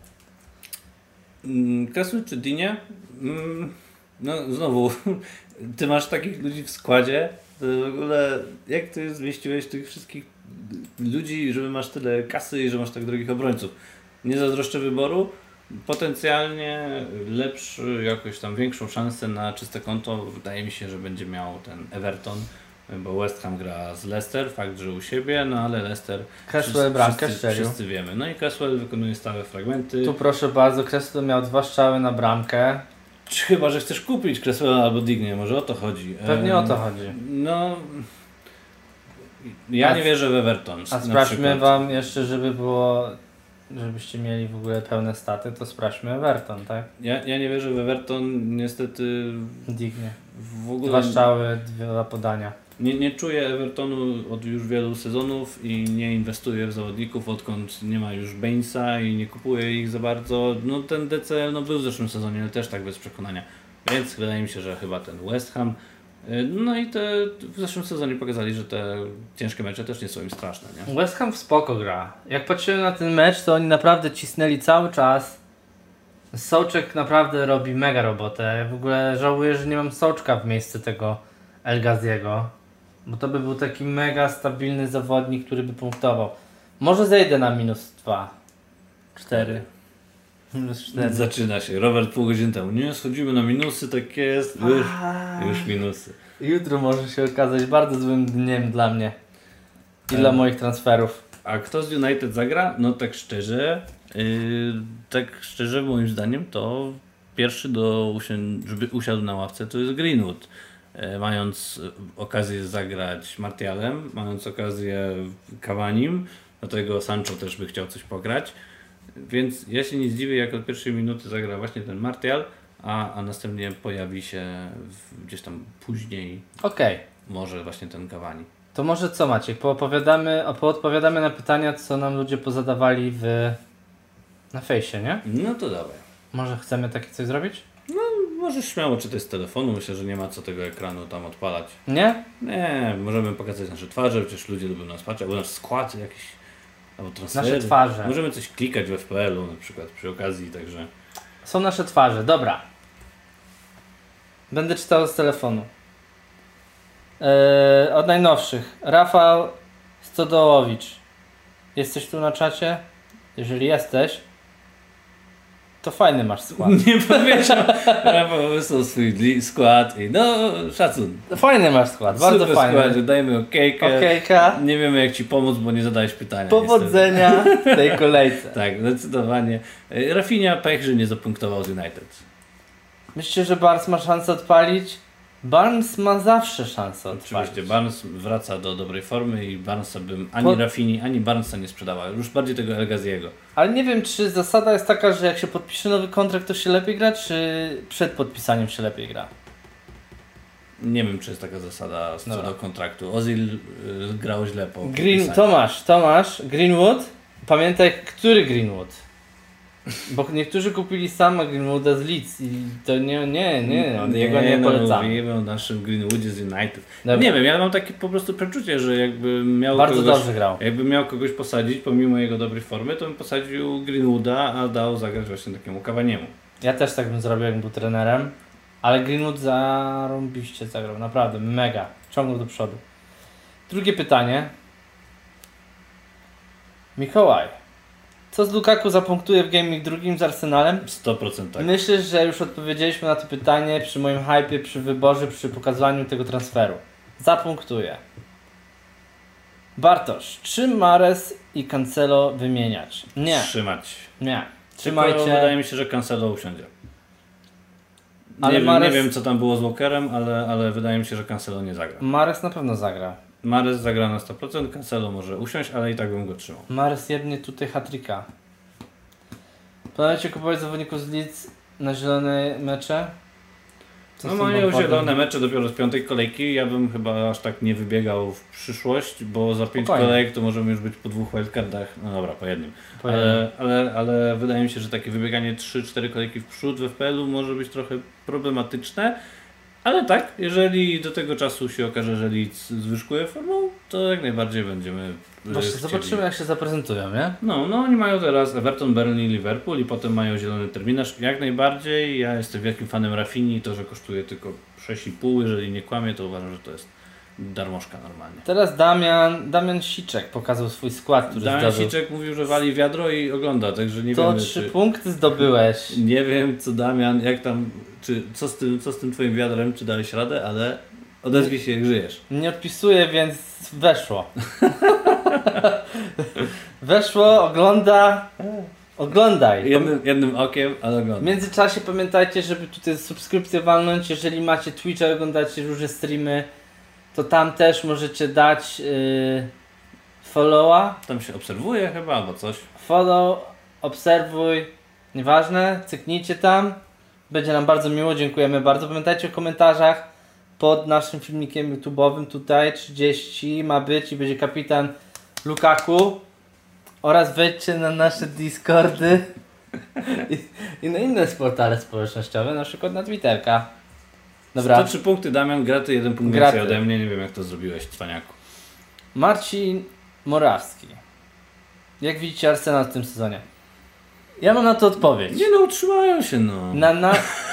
Mm, Krasnul czy Dinie? Mm, no znowu, ty masz takich ludzi w składzie, to w ogóle jak ty zmieściłeś tych wszystkich ludzi, że masz tyle kasy i że masz tak drogich obrońców? Nie zazdroszczę wyboru, potencjalnie lepszy, jakoś tam większą szansę na czyste konto wydaje mi się, że będzie miał ten Everton, bo West Ham gra z Leicester, fakt, że u siebie, no ale Leicester Cresswell bramkę wszyscy, strzelił. wszyscy wiemy. No i Cresswell wykonuje stałe fragmenty. Tu proszę bardzo, Cresswell miał dwa strzały na bramkę. Chyba, że chcesz kupić Cresswella albo Digne, może o to chodzi. Pewnie Ehm, o to chodzi. No, ja A nie z- wierzę w Everton. A na sprawdźmy przykład. wam jeszcze, żeby było, żebyście mieli w ogóle pełne staty, to sprawdźmy Everton, tak? Ja, ja nie wierzę w Everton, niestety Dignie. w ogóle Dwa strzały, dwa podania. nie, nie czuję Evertonu od już wielu sezonów i nie inwestuję w zawodników, odkąd nie ma już Bainesa i nie kupuję ich za bardzo. No ten D C L no, był w zeszłym sezonie, ale też tak bez przekonania. Więc wydaje mi się, że chyba ten West Ham. No i te w zeszłym sezonie pokazali, że te ciężkie mecze też nie są im straszne, nie? West Ham w spoko gra. Jak patrzyłem na ten mecz, to oni naprawdę cisnęli cały czas. Sołczek naprawdę robi mega robotę. W ogóle żałuję, że nie mam Sołczka w miejscu tego El Ghaziego. Bo to by był taki mega stabilny zawodnik, który by punktował. Może zejdę na minus dwa. cztery. Minus cztery. Zaczyna się. Robert pół godziny temu. Nie, schodzimy na minusy, tak jest. Już, już minusy. Jutro może się okazać bardzo złym dniem dla mnie. I E. dla moich transferów. A kto z United zagra? No tak szczerze, yy, tak szczerze moim zdaniem to pierwszy do usią- żeby usiadł na ławce to jest Greenwood. Yy, mając okazję zagrać Martialem, mając okazję Cavanim, do tego Sancho też by chciał coś pograć. Więc ja się nie zdziwię, jak od pierwszej minuty zagra właśnie ten Martial, a, a następnie pojawi się w, gdzieś tam później Okej. może właśnie ten Cavani. To może co Maciek, poopowiadamy, poodpowiadamy na pytania, co nam ludzie pozadawali w... na fejsie, nie? No to dawaj. Może chcemy takie coś zrobić? Możesz śmiało czytać z telefonu, myślę, że nie ma co tego ekranu tam odpalać. Nie? Nie, możemy pokazać nasze twarze, przecież ludzie lubią nas patrzeć, albo nasz skład jakiś, albo transfery. Nasze twarze. Możemy coś klikać w F P L u na przykład przy okazji, także... Są nasze twarze, dobra. Będę czytał z telefonu. Eee, od najnowszych. Rafał Stodołowicz. Jesteś tu na czacie? Jeżeli jesteś, to fajny masz skład. Nie powiedział, Rafał wysłał swój li- skład i no szacun. Fajny masz skład, bardzo Super fajny. skład, dajmy okejkę. Okejka. Nie wiemy jak Ci pomóc, bo nie zadałeś pytania. Powodzenia w tej kolejce. niestety. Tak, zdecydowanie. Rafinha pech, że nie zapunktował z United. Myślicie, że Barnes ma szansę odpalić? Barnes ma zawsze szansę odpalić. Oczywiście Barnes wraca do dobrej formy i Barnesa bym ani Po- Rafini, ani Barnesa nie sprzedała. Już bardziej tego El Ghaziego. Ale nie wiem, czy zasada jest taka, że jak się podpisze nowy kontrakt, to się lepiej gra, czy przed podpisaniem się lepiej gra? Nie wiem, czy jest taka zasada co Dobra. do kontraktu. Ozil y, grał źle po Green, podpisaniu. Tomasz, Tomasz, Greenwood. Pamiętaj, który Greenwood? Bo niektórzy kupili sama Greenwooda z Leeds i to nie, nie, nie, nie jego nie no, polecamy. Mówimy o naszym Greenwoodzie z United. Dobra. Nie wiem, ja mam takie po prostu przeczucie, że jakby miał Bardzo kogoś, dobrze grał. jakby miał kogoś posadzić, pomimo jego dobrej formy, to bym posadził Greenwooda, a dał zagrać właśnie takiemu Cavaniemu. Ja też tak bym zrobił, jak był trenerem, ale Greenwood zarąbiście zagrał, naprawdę, mega, ciągnął do przodu. Drugie pytanie. Mikołaj, co z Lukaku zapunktuje w gaming drugim z Arsenalem? sto procent tak. Myślę, że już odpowiedzieliśmy na to pytanie przy moim hypie, przy wyborze, przy pokazaniu tego transferu. Zapunktuje. Bartosz, czy Mahrez i Cancelo wymieniać? Nie, Trzymać. nie. Trzymajcie. Trzymajcie. Wydaje mi się, że Cancelo usiądzie. Ale nie, wiem, Mahrez- nie wiem co tam było z Walkerem, ale, ale wydaje mi się, że Cancelo nie zagra. Mahrez na pewno zagra. Mahrez zagra na sto procent, Cancelo może usiąść, ale i tak bym go trzymał. Mahrez jednie tutaj hat-tricka. Planujecie kupować zawodników z Leeds na zielone mecze? Co No z tym mają Bamfordem? zielone mecze dopiero z piątej kolejki, ja bym chyba aż tak nie wybiegał w przyszłość, bo za pięć Spokojnie. kolejek to możemy już być po dwóch wildcardach, no dobra, po jednym. Po Ale, ale, ale wydaje mi się, że takie wybieganie trzy cztery kolejki w przód w F P L-u może być trochę problematyczne. Ale tak, jeżeli do tego czasu się okaże, że Leeds zwyżkuje formą, to jak najbardziej będziemy e, Właśnie, chcieli. zobaczymy jak się zaprezentują, nie? No, no oni mają teraz Everton, Burnley, Liverpool i potem mają zielony terminarz. Jak najbardziej, ja jestem wielkim fanem Rafini, to, że kosztuje tylko sześć i pół, jeżeli nie kłamie, to uważam, że to jest darmożka normalnie. Teraz Damian, Damian Siczek pokazał swój skład, który Damian zdobył. Siczek mówił, że wali wiadro i ogląda, także nie To wiemy, trzy czy... punkty zdobyłeś. Nie wiem, co Damian, jak tam, czy co z tym, co z tym twoim wiadrem, czy dałeś radę, ale odezwij się, jak żyjesz. Nie odpisuję, więc weszło. Weszło, ogląda. Oglądaj. Jednym, jednym okiem, ale W ogląda. międzyczasie pamiętajcie, żeby tutaj subskrypcję walnąć. Jeżeli macie Twitcha i oglądacie różne streamy, to tam też możecie dać yy, followa. Tam się obserwuje chyba, albo coś. Follow, obserwuj, nieważne, cyknijcie tam. Będzie nam bardzo miło, dziękujemy bardzo. Pamiętajcie o komentarzach pod naszym filmikiem YouTube'owym tutaj trzydzieści ma być i będzie kapitan Lukaku. Oraz wejdźcie na nasze Discordy i, i na inne portale społecznościowe, na przykład na Twitterka. Dobra, sto trzy punkty, Damian, graty, jeden punkt Graty. więcej ode mnie. Nie wiem, jak to zrobiłeś, cwaniaku. Marcin Morawski. Jak widzicie Arsenal w tym sezonie? Ja mam na to odpowiedź. Nie no, utrzymają się, no. Na, na...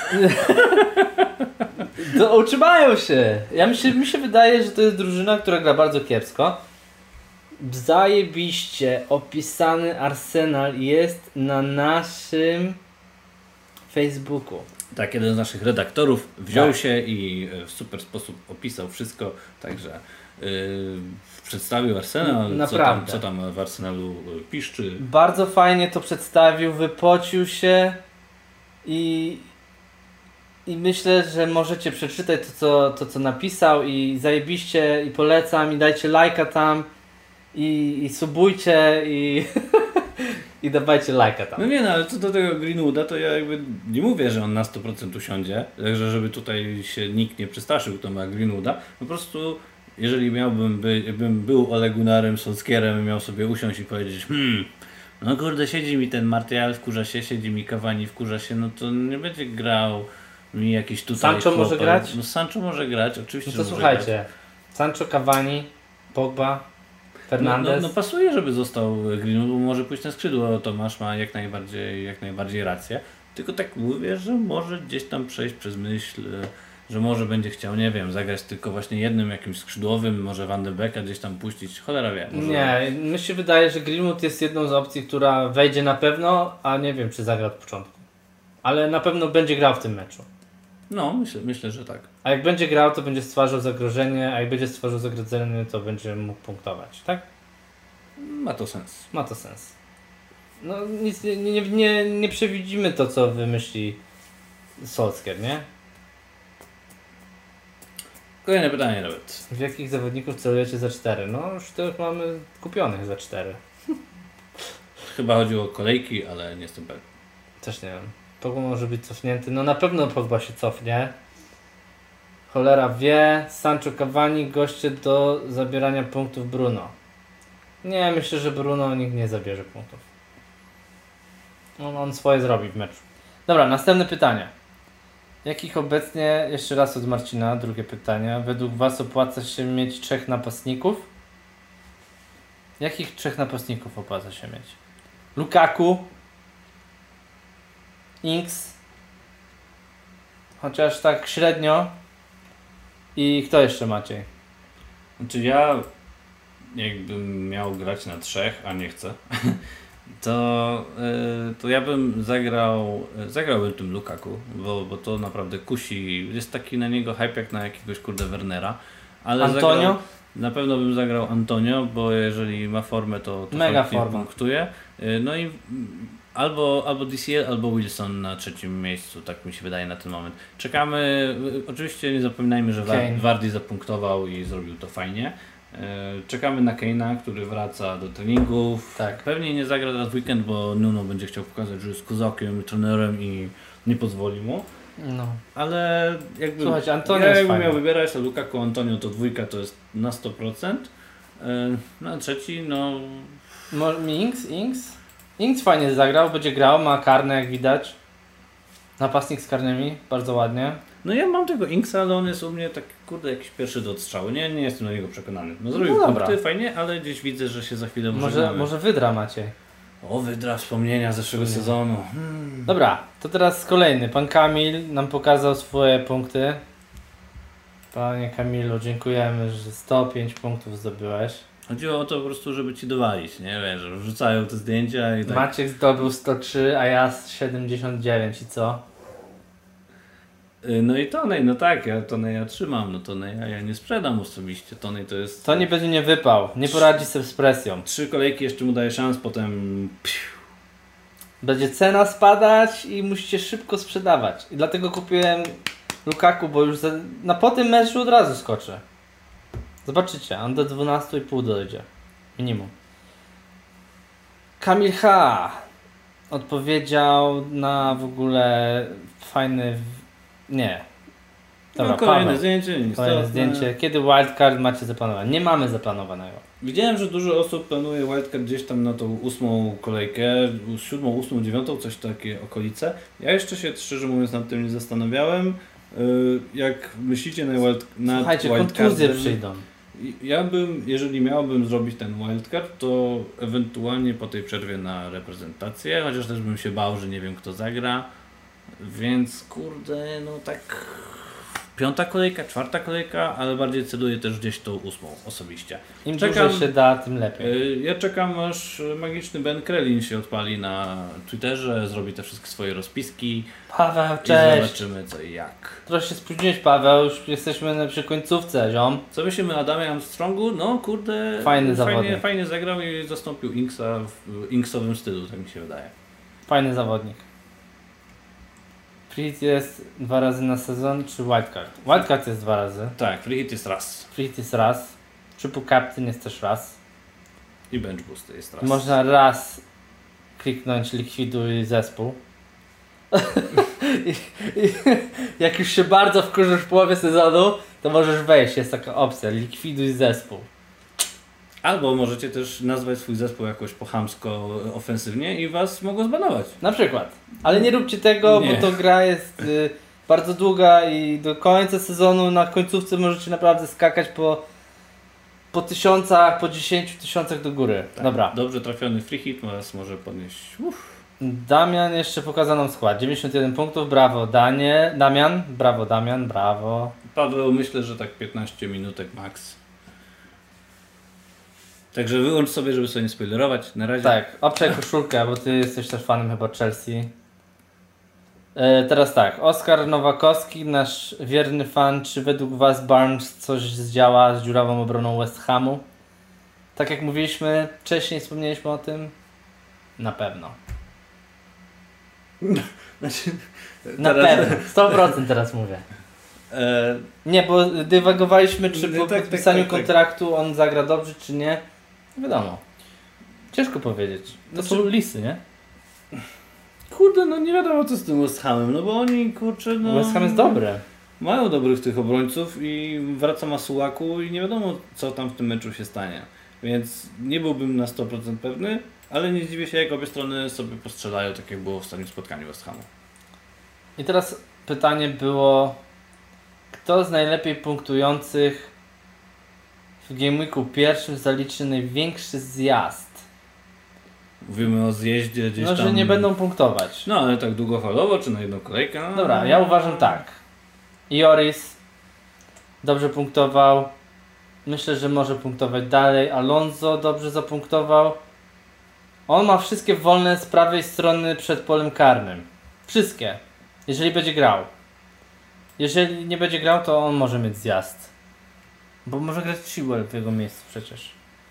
to utrzymają się. Ja mi się, mi się wydaje, że to jest drużyna, która gra bardzo kiepsko. Zajebiście opisany Arsenal jest na naszym Facebooku. Tak, jeden z naszych redaktorów wziął Tak. się i w super sposób opisał wszystko, także yy, przedstawił Arsenal, co tam, Naprawdę. co tam w Arsenalu yy, piszczy. Bardzo fajnie to przedstawił, wypocił się i, i myślę, że możecie przeczytać to co, to, co napisał i zajebiście i polecam i dajcie lajka tam i, i subujcie i, i dawajcie lajka tam. No nie no, ale co do tego Greenwooda, to ja jakby nie mówię, że on na sto procent usiądzie, także żeby tutaj się nikt nie przestraszył, kto ma Greenwooda, po prostu jeżeli miałbym by, bym był Ole Gunnarem, Solskierem i miał sobie usiąść i powiedzieć hmm, no kurde, siedzi mi ten Martial, wkurza się, siedzi mi Cavani, wkurza się, no to nie będzie grał mi jakiś tutaj Sancho może chłopak. grać? No Sancho może grać, oczywiście, No to że może grać. słuchajcie, Sancho, Cavani, Pogba, No, Fernandes. no, no pasuje, żeby został Greenwood, bo może pójść na skrzydło, Tomasz ma jak najbardziej, jak najbardziej rację. Tylko tak mówię, że może gdzieś tam przejść przez myśl, że może będzie chciał, nie wiem, zagrać tylko właśnie jednym jakimś skrzydłowym, może Van de Beeka gdzieś tam puścić, cholera wie. Może... Nie, mi się wydaje, że Greenwood jest jedną z opcji, która wejdzie na pewno, a nie wiem czy zagra od początku. Ale na pewno będzie grał w tym meczu. No, myślę, myślę, że tak. A jak będzie grał, to będzie stwarzał zagrożenie, a jak będzie stwarzał zagrożenie, to będzie mógł punktować, tak? Ma to sens. Ma to sens. No nic, nie, nie, nie, nie przewidzimy to, co wymyśli Solskjaer, nie? Kolejne pytanie nawet. W jakich zawodników celujecie za cztery? No już to już mamy kupionych za cztery. Chyba chodziło o kolejki, ale nie jestem pewien. Też nie wiem. Pogba może być cofnięty. No na pewno Pogba się cofnie. Cholera wie. Sancho, Cavani, goście do zabierania punktów Bruno. Nie, myślę, że Bruno nikt nie zabierze punktów. On, on swoje zrobi w meczu. Dobra, następne pytanie. Jakich obecnie, jeszcze raz od Marcina, drugie pytanie. Według Was opłaca się mieć trzech napastników? Jakich trzech napastników opłaca się mieć? Lukaku, Ings, chociaż tak średnio. I kto jeszcze Maciej? Znaczy ja, jakbym miał grać na trzech, a nie chcę, to, yy, to ja bym zagrał, zagrałbym tym Lukaku, bo, bo to naprawdę kusi, jest taki na niego hype jak na jakiegoś kurde Wernera. Ale Antonio? Zagrał, na pewno bym zagrał Antonio, bo jeżeli ma formę, to, to mega forma punktuje. Yy, no i albo, albo D C L, albo Wilson na trzecim miejscu, tak mi się wydaje na ten moment. Czekamy, oczywiście nie zapominajmy, że Kane. Wardy zapunktował i zrobił to fajnie. Czekamy na Kane'a, który wraca do treningów. Tak. Pewnie nie zagra teraz w weekend, bo Nuno będzie chciał pokazać, że jest kozakiem, trenerem i nie pozwoli mu. No. Ale jakby Słuchajcie, Antonio ja jest jakbym fajny. miał wybierać, to Lukaku, Antonio to dwójka to jest na sto procent. Na trzeci, no... Mo- Ings, Ings? Ings fajnie zagrał, będzie grał, ma karne jak widać. Napastnik z karnymi, bardzo ładnie. No ja mam tego Inksa, ale on jest u mnie tak, kurde, jakiś pierwszy do odstrzału. Nie, nie jestem na niego przekonany. No zrobił No punkty, dobra. fajnie, ale gdzieś widzę, że się za chwilę może... Może, może wydra Maciej. O, wydra wspomnienia zeszłego Nie. sezonu. Dobra, to teraz kolejny. Pan Kamil nam pokazał swoje punkty. Panie Kamilu, dziękujemy, że sto pięć punktów zdobyłeś. Chodziło o to po prostu, żeby ci dowalić, nie? Wiesz, że wrzucają te zdjęcia i tak... Maciek zdobył sto trzy, a ja siedemdziesiąt dziewięć i co? Y, No i Tonej, no tak, ja Tonej ja trzymam, no Tonej ja, ja nie sprzedam osobiście. Tonej to jest... To nie będzie nie wypał, nie poradzi sobie z presją. Trzy kolejki jeszcze mu daje szans, potem... Piu. Będzie cena spadać i musicie szybko sprzedawać. I dlatego kupiłem Lukaku, bo już za, na po tym meczu od razu skoczy. Zobaczycie, on do dwunastu i pół dojdzie. Minimum. Kamil H. odpowiedział na w ogóle fajny... Nie. Dobra, No kolejne Paweł. zdjęcie, Kolejne nieistotne. zdjęcie. Kiedy wildcard macie zaplanowane? Nie mamy zaplanowanego. Widziałem, że dużo osób planuje wildcard gdzieś tam na tą ósmą kolejkę, siódmą, ósmą, dziewiątą, coś takie okolice. Ja jeszcze się szczerze mówiąc nad tym nie zastanawiałem. Yy, Jak myślicie na wild, nad Słuchajcie, wildcardem, kontuzje przyjdą. ja bym, jeżeli miałbym zrobić ten wildcard, to ewentualnie po tej przerwie na reprezentację, chociaż też bym się bał, że nie wiem kto zagra, więc kurde, no tak piąta kolejka, czwarta kolejka, ale bardziej celuję też gdzieś tą ósmą osobiście. Im Czekam- dłużej się da, tym lepiej. Yy, Ja czekam aż magiczny Ben Krellin się odpali na Twitterze, zrobi te wszystkie swoje rozpiski Paweł, i cześć. zobaczymy co i jak. Trochę się spóźniłeś, Paweł, już jesteśmy na przy końcówce, ziom. Co myślimy o Adamie Armstrongu? No kurde, Fajny fajnie, zawodnik. fajnie zagrał i zastąpił Inksa w Inksowym stylu, tak mi się wydaje. Fajny zawodnik. Free hit jest dwa razy na sezon, czy wildcard? Wildcard jest dwa razy. Tak, free hit jest raz Free hit jest raz. Triple captain jest też raz. i bench boost jest raz. Można raz kliknąć likwiduj zespół. I, i, jak już się bardzo wkurzysz w połowie sezonu, to możesz wejść, jest taka opcja, likwiduj zespół. Albo możecie też nazwać swój zespół jakoś po chamsko ofensywnie i was mogą zbanować. Na przykład. Ale nie róbcie tego, Nie. bo to gra jest y, bardzo długa i do końca sezonu, na końcówce możecie naprawdę skakać po, po tysiącach, po dziesięciu tysiącach do góry. Tak. Dobra. Dobrze trafiony free hit was może podnieść. Uff. Damian jeszcze pokazał nam skład. dziewięćdziesiąt jeden punktów, brawo Danie. Damian, brawo Damian, brawo. Paweł, myślę, że tak piętnaście minutek max. Także wyłącz sobie, żeby sobie nie spoilerować. Na razie. Tak, obczaj koszulkę, bo ty jesteś też fanem chyba Chelsea. E, teraz tak, Oskar Nowakowski, nasz wierny fan, czy według Was Barnes coś zdziała z dziurawą obroną West Hamu? Tak jak mówiliśmy, wcześniej wspomnieliśmy o tym, na pewno. Znaczy, Na teraz- pewno, sto procent teraz mówię. E, Nie, bo dywagowaliśmy, czy Nie, po tak, tak, podpisaniu tak, tak. kontraktu on zagra dobrze, czy nie. Nie wiadomo. Ciężko powiedzieć. To Znaczy- są lisy, nie? kurde, no nie wiadomo co z tym West Hamem, no bo oni kurczę no... West Ham jest dobry. Mają dobrych tych obrońców i wraca Masuaku i nie wiadomo co tam w tym meczu się stanie. Więc nie byłbym na sto procent pewny, Ale nie zdziwię się, jak obie strony sobie postrzelają, tak jak było w ostatnim spotkaniu West Hamu. I teraz pytanie było, kto z najlepiej punktujących w Game Weeku pierwszym zaliczy największy zjazd? Mówimy o zjeździe gdzieś No, tam... że nie będą punktować. No, ale tak długofalowo, czy na jedną kolejkę? No. Dobra, ja uważam tak. Joris dobrze punktował. Myślę, że może punktować dalej. Alonso dobrze zapunktował. On ma wszystkie wolne z prawej strony przed polem karnym. Wszystkie. Jeżeli będzie grał. Jeżeli nie będzie grał, to on może mieć zjazd. Bo może grać Chilwell w jego miejscu przecież.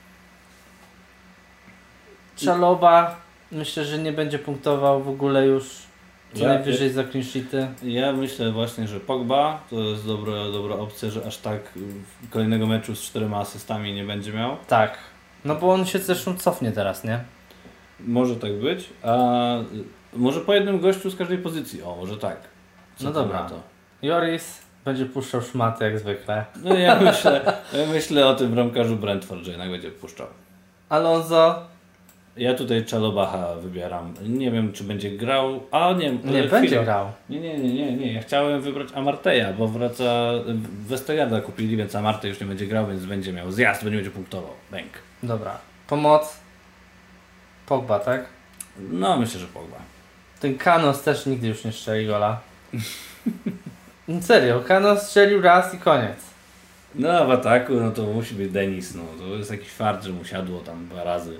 Czaloba myślę, że nie będzie punktował w ogóle już. Co Ja- najwyżej za clean sheety. Ja myślę właśnie, że Pogba to jest dobra, dobra opcja, że aż tak y, kolejnego meczu z czterema asystami nie będzie miał. Tak. No bo on się zresztą cofnie teraz, nie? Może tak być, a y, może po jednym gościu z każdej pozycji. O, może tak. Co No ty dobra. na to? Joris będzie puszczał szmaty jak zwykle. No ja myślę, ja myślę o tym bramkarzu Brentford, że jednak będzie puszczał. Alonso Ja tutaj Czalobacha wybieram. Nie wiem, czy będzie grał. A nie, nie chwilę. będzie grał. Nie, nie, nie, nie, nie. Ja chciałem wybrać Amarteja, bo wraca. Westergaarda kupili, więc Amartey już nie będzie grał, więc będzie miał zjazd, bo nie będzie punktował. Bęk. Dobra. Pomoc. Pogba, tak? No, myślę, że Pogba. Ten Kanos też nigdy już nie strzeli gola. No serio, Kanos strzelił raz i koniec. No, w ataku, no to musi być Denis, no. To jest jakiś fart, że mu siadło tam dwa razy.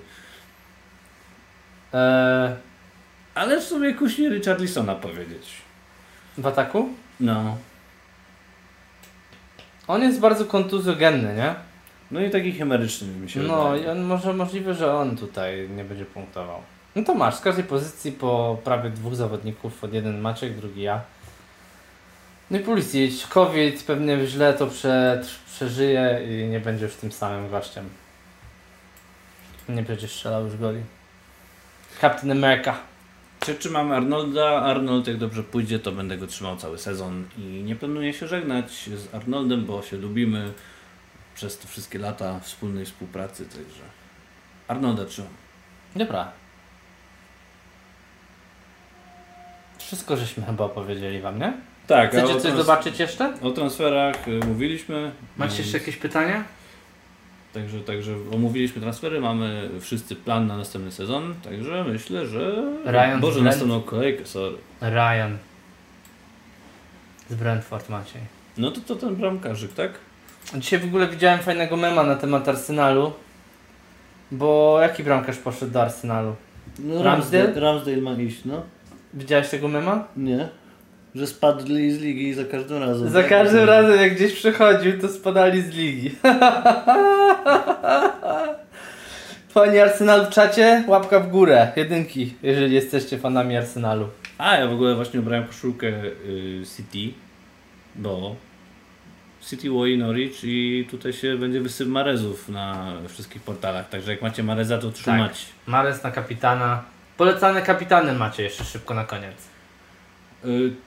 Eee, Ale w sumie kusi Richarlisona powiedzieć. w ataku? No. On jest bardzo kontuzjogenny, nie? No i taki chimeryczny mi się No wydaje. i on może możliwe, że on tutaj nie będzie punktował. No to masz, z każdej pozycji po prawie dwóch zawodników, od jeden Maciek, drugi ja. No i Pulisic, COVID pewnie źle to prze, przeżyje i nie będzie już tym samym gościem. Nie będzie strzelał już goli. Captain America. Czy trzymamy Arnolda? Arnold jak dobrze pójdzie, to będę go trzymał cały sezon i nie planuję się żegnać z Arnoldem, bo się lubimy przez te wszystkie lata wspólnej współpracy, także Arnolda trzymam. Dobra. Wszystko żeśmy chyba opowiedzieli wam, nie? Tak, Chcecie a o coś trans- zobaczyć jeszcze? O transferach y, mówiliśmy. Macie jeszcze jakieś pytania? Także, także omówiliśmy transfery, mamy wszyscy plan na następny sezon, także myślę, że... Ryan Boże, Brent- następną kolejkę, sorry. Ryan. Z Brentford Maciej. No to to ten bramkarzyk, tak? Dzisiaj w ogóle widziałem fajnego mema na temat Arsenalu. Bo jaki bramkarz poszedł do Arsenalu? No, Ramsdale? Ramsdale ma iść, no. Widziałeś tego mema? Nie. Że spadli z ligi za każdym razem. Za każdym razem jak gdzieś przychodził, to spadali z ligi. Fani Arsenalu w czacie? Łapka w górę. Jedynki, jeżeli jesteście fanami Arsenalu. A, ja w ogóle właśnie ubrałem koszulkę y, City, bo City łoi Norwich i tutaj się będzie wysyp Marezów na wszystkich portalach, także jak macie Mareza, to trzymać. Mares na kapitana. Polecane kapitany macie jeszcze szybko na koniec. Y,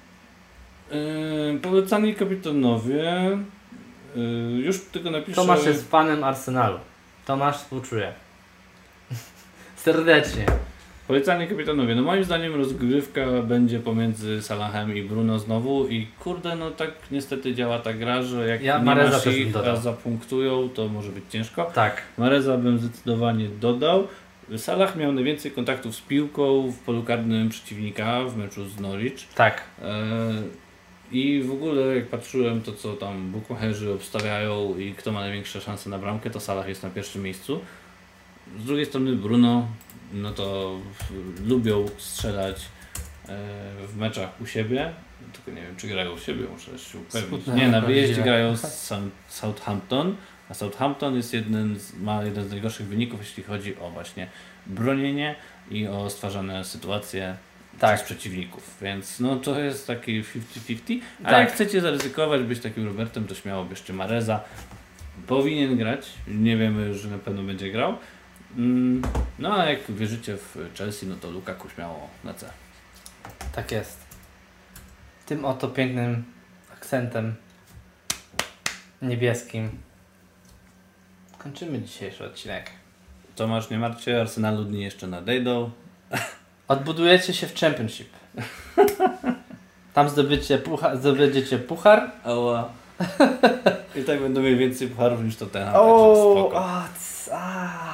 y, polecani kapitanowie, y, już tylko napiszę... Tomasz jest fanem Arsenalu. Tomasz współczuje. Serdecznie. Polecani kapitanowie, no moim zdaniem rozgrywka będzie pomiędzy Salahem i Bruno znowu i kurde, no tak niestety działa ta gra, że jak Ja nie Mareza masz też bym ich, dodał. a zapunktują, to może być ciężko. Tak. Mareza bym zdecydowanie dodał. Salah miał najwięcej kontaktów z piłką w polu karnym przeciwnika w meczu z Norwich. Tak. E, I w ogóle jak patrzyłem to, co tam bookmacherzy obstawiają i kto ma największe szanse na bramkę, to Salah jest na pierwszym miejscu. Z drugiej strony Bruno, no to w, lubią strzelać e, w meczach u siebie. Tylko nie wiem, czy grają u siebie, muszę się upewnić. Smutne Nie, na wyjeździe prawdziwe. grają z Sam- Southampton. A Southampton jest jeden z, ma jeden z najgorszych wyników, jeśli chodzi o właśnie bronienie i o stwarzane sytuacje Tak. przez przeciwników. Więc no to jest taki pięćdziesiąt pięćdziesiąt. A Tak. jak chcecie zaryzykować, być takim Robertem, to śmiało bierzcie Mareza. Powinien grać. Nie wiemy, że na pewno będzie grał. Mm, No a jak wierzycie w Chelsea, no to Lukaku śmiało na C. Tak jest. Tym oto pięknym akcentem niebieskim kończymy dzisiejszy odcinek. Tomasz, nie martwcie, Arsenalu dni jeszcze nadejdą. Odbudujecie się w Championship. Tam zdobycie pucha, zdobędziecie puchar. Ała. I tak będą mieli więcej pucharów niż to ten. O, a, a.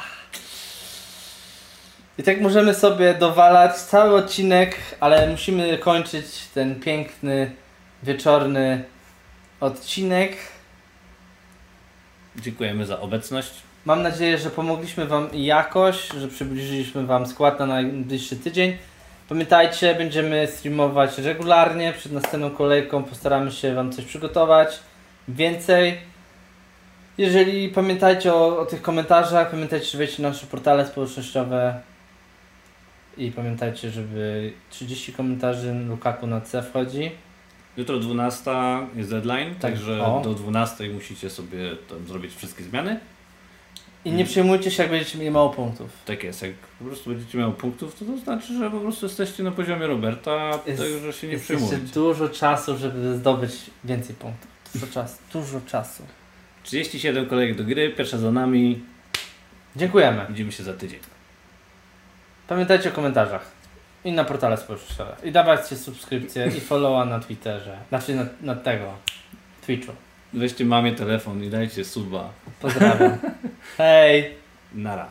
I tak możemy sobie dowalać cały odcinek, ale musimy kończyć ten piękny, wieczorny odcinek. Dziękujemy za obecność. Mam nadzieję, że pomogliśmy Wam jakoś, że przybliżyliśmy Wam skład na najbliższy tydzień. Pamiętajcie, będziemy streamować regularnie, przed następną kolejką postaramy się Wam coś przygotować, więcej. Jeżeli pamiętajcie o, o tych komentarzach, pamiętajcie, że wejdźcie na nasze portale społecznościowe i pamiętajcie, żeby trzydzieści komentarzy Lukaku na C wchodzi. Jutro dwunasta jest deadline, Tak, także o. do dwunastej musicie sobie tam zrobić wszystkie zmiany. I nie przejmujcie się, jak będziecie mieli mało punktów. Tak jest, jak po prostu będziecie mieli punktów, to to znaczy, że po prostu jesteście na poziomie Roberta, Jest, także się nie jest przejmujcie. jeszcze dużo czasu, żeby zdobyć więcej punktów. Dużo czasu, dużo czasu. trzydzieści siedem kolejek do gry, pierwsza za nami. Dziękujemy. Widzimy się za tydzień. Pamiętajcie o komentarzach i na portale społecznościowych. I dawajcie subskrypcję i followa na Twitterze. Znaczy na, na tego, Twitchu. Weźcie mamie telefon i dajcie suba. Pozdrawiam. Hej! Nara.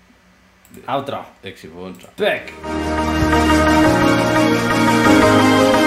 Outro. Jak się wyłącza. Pyk!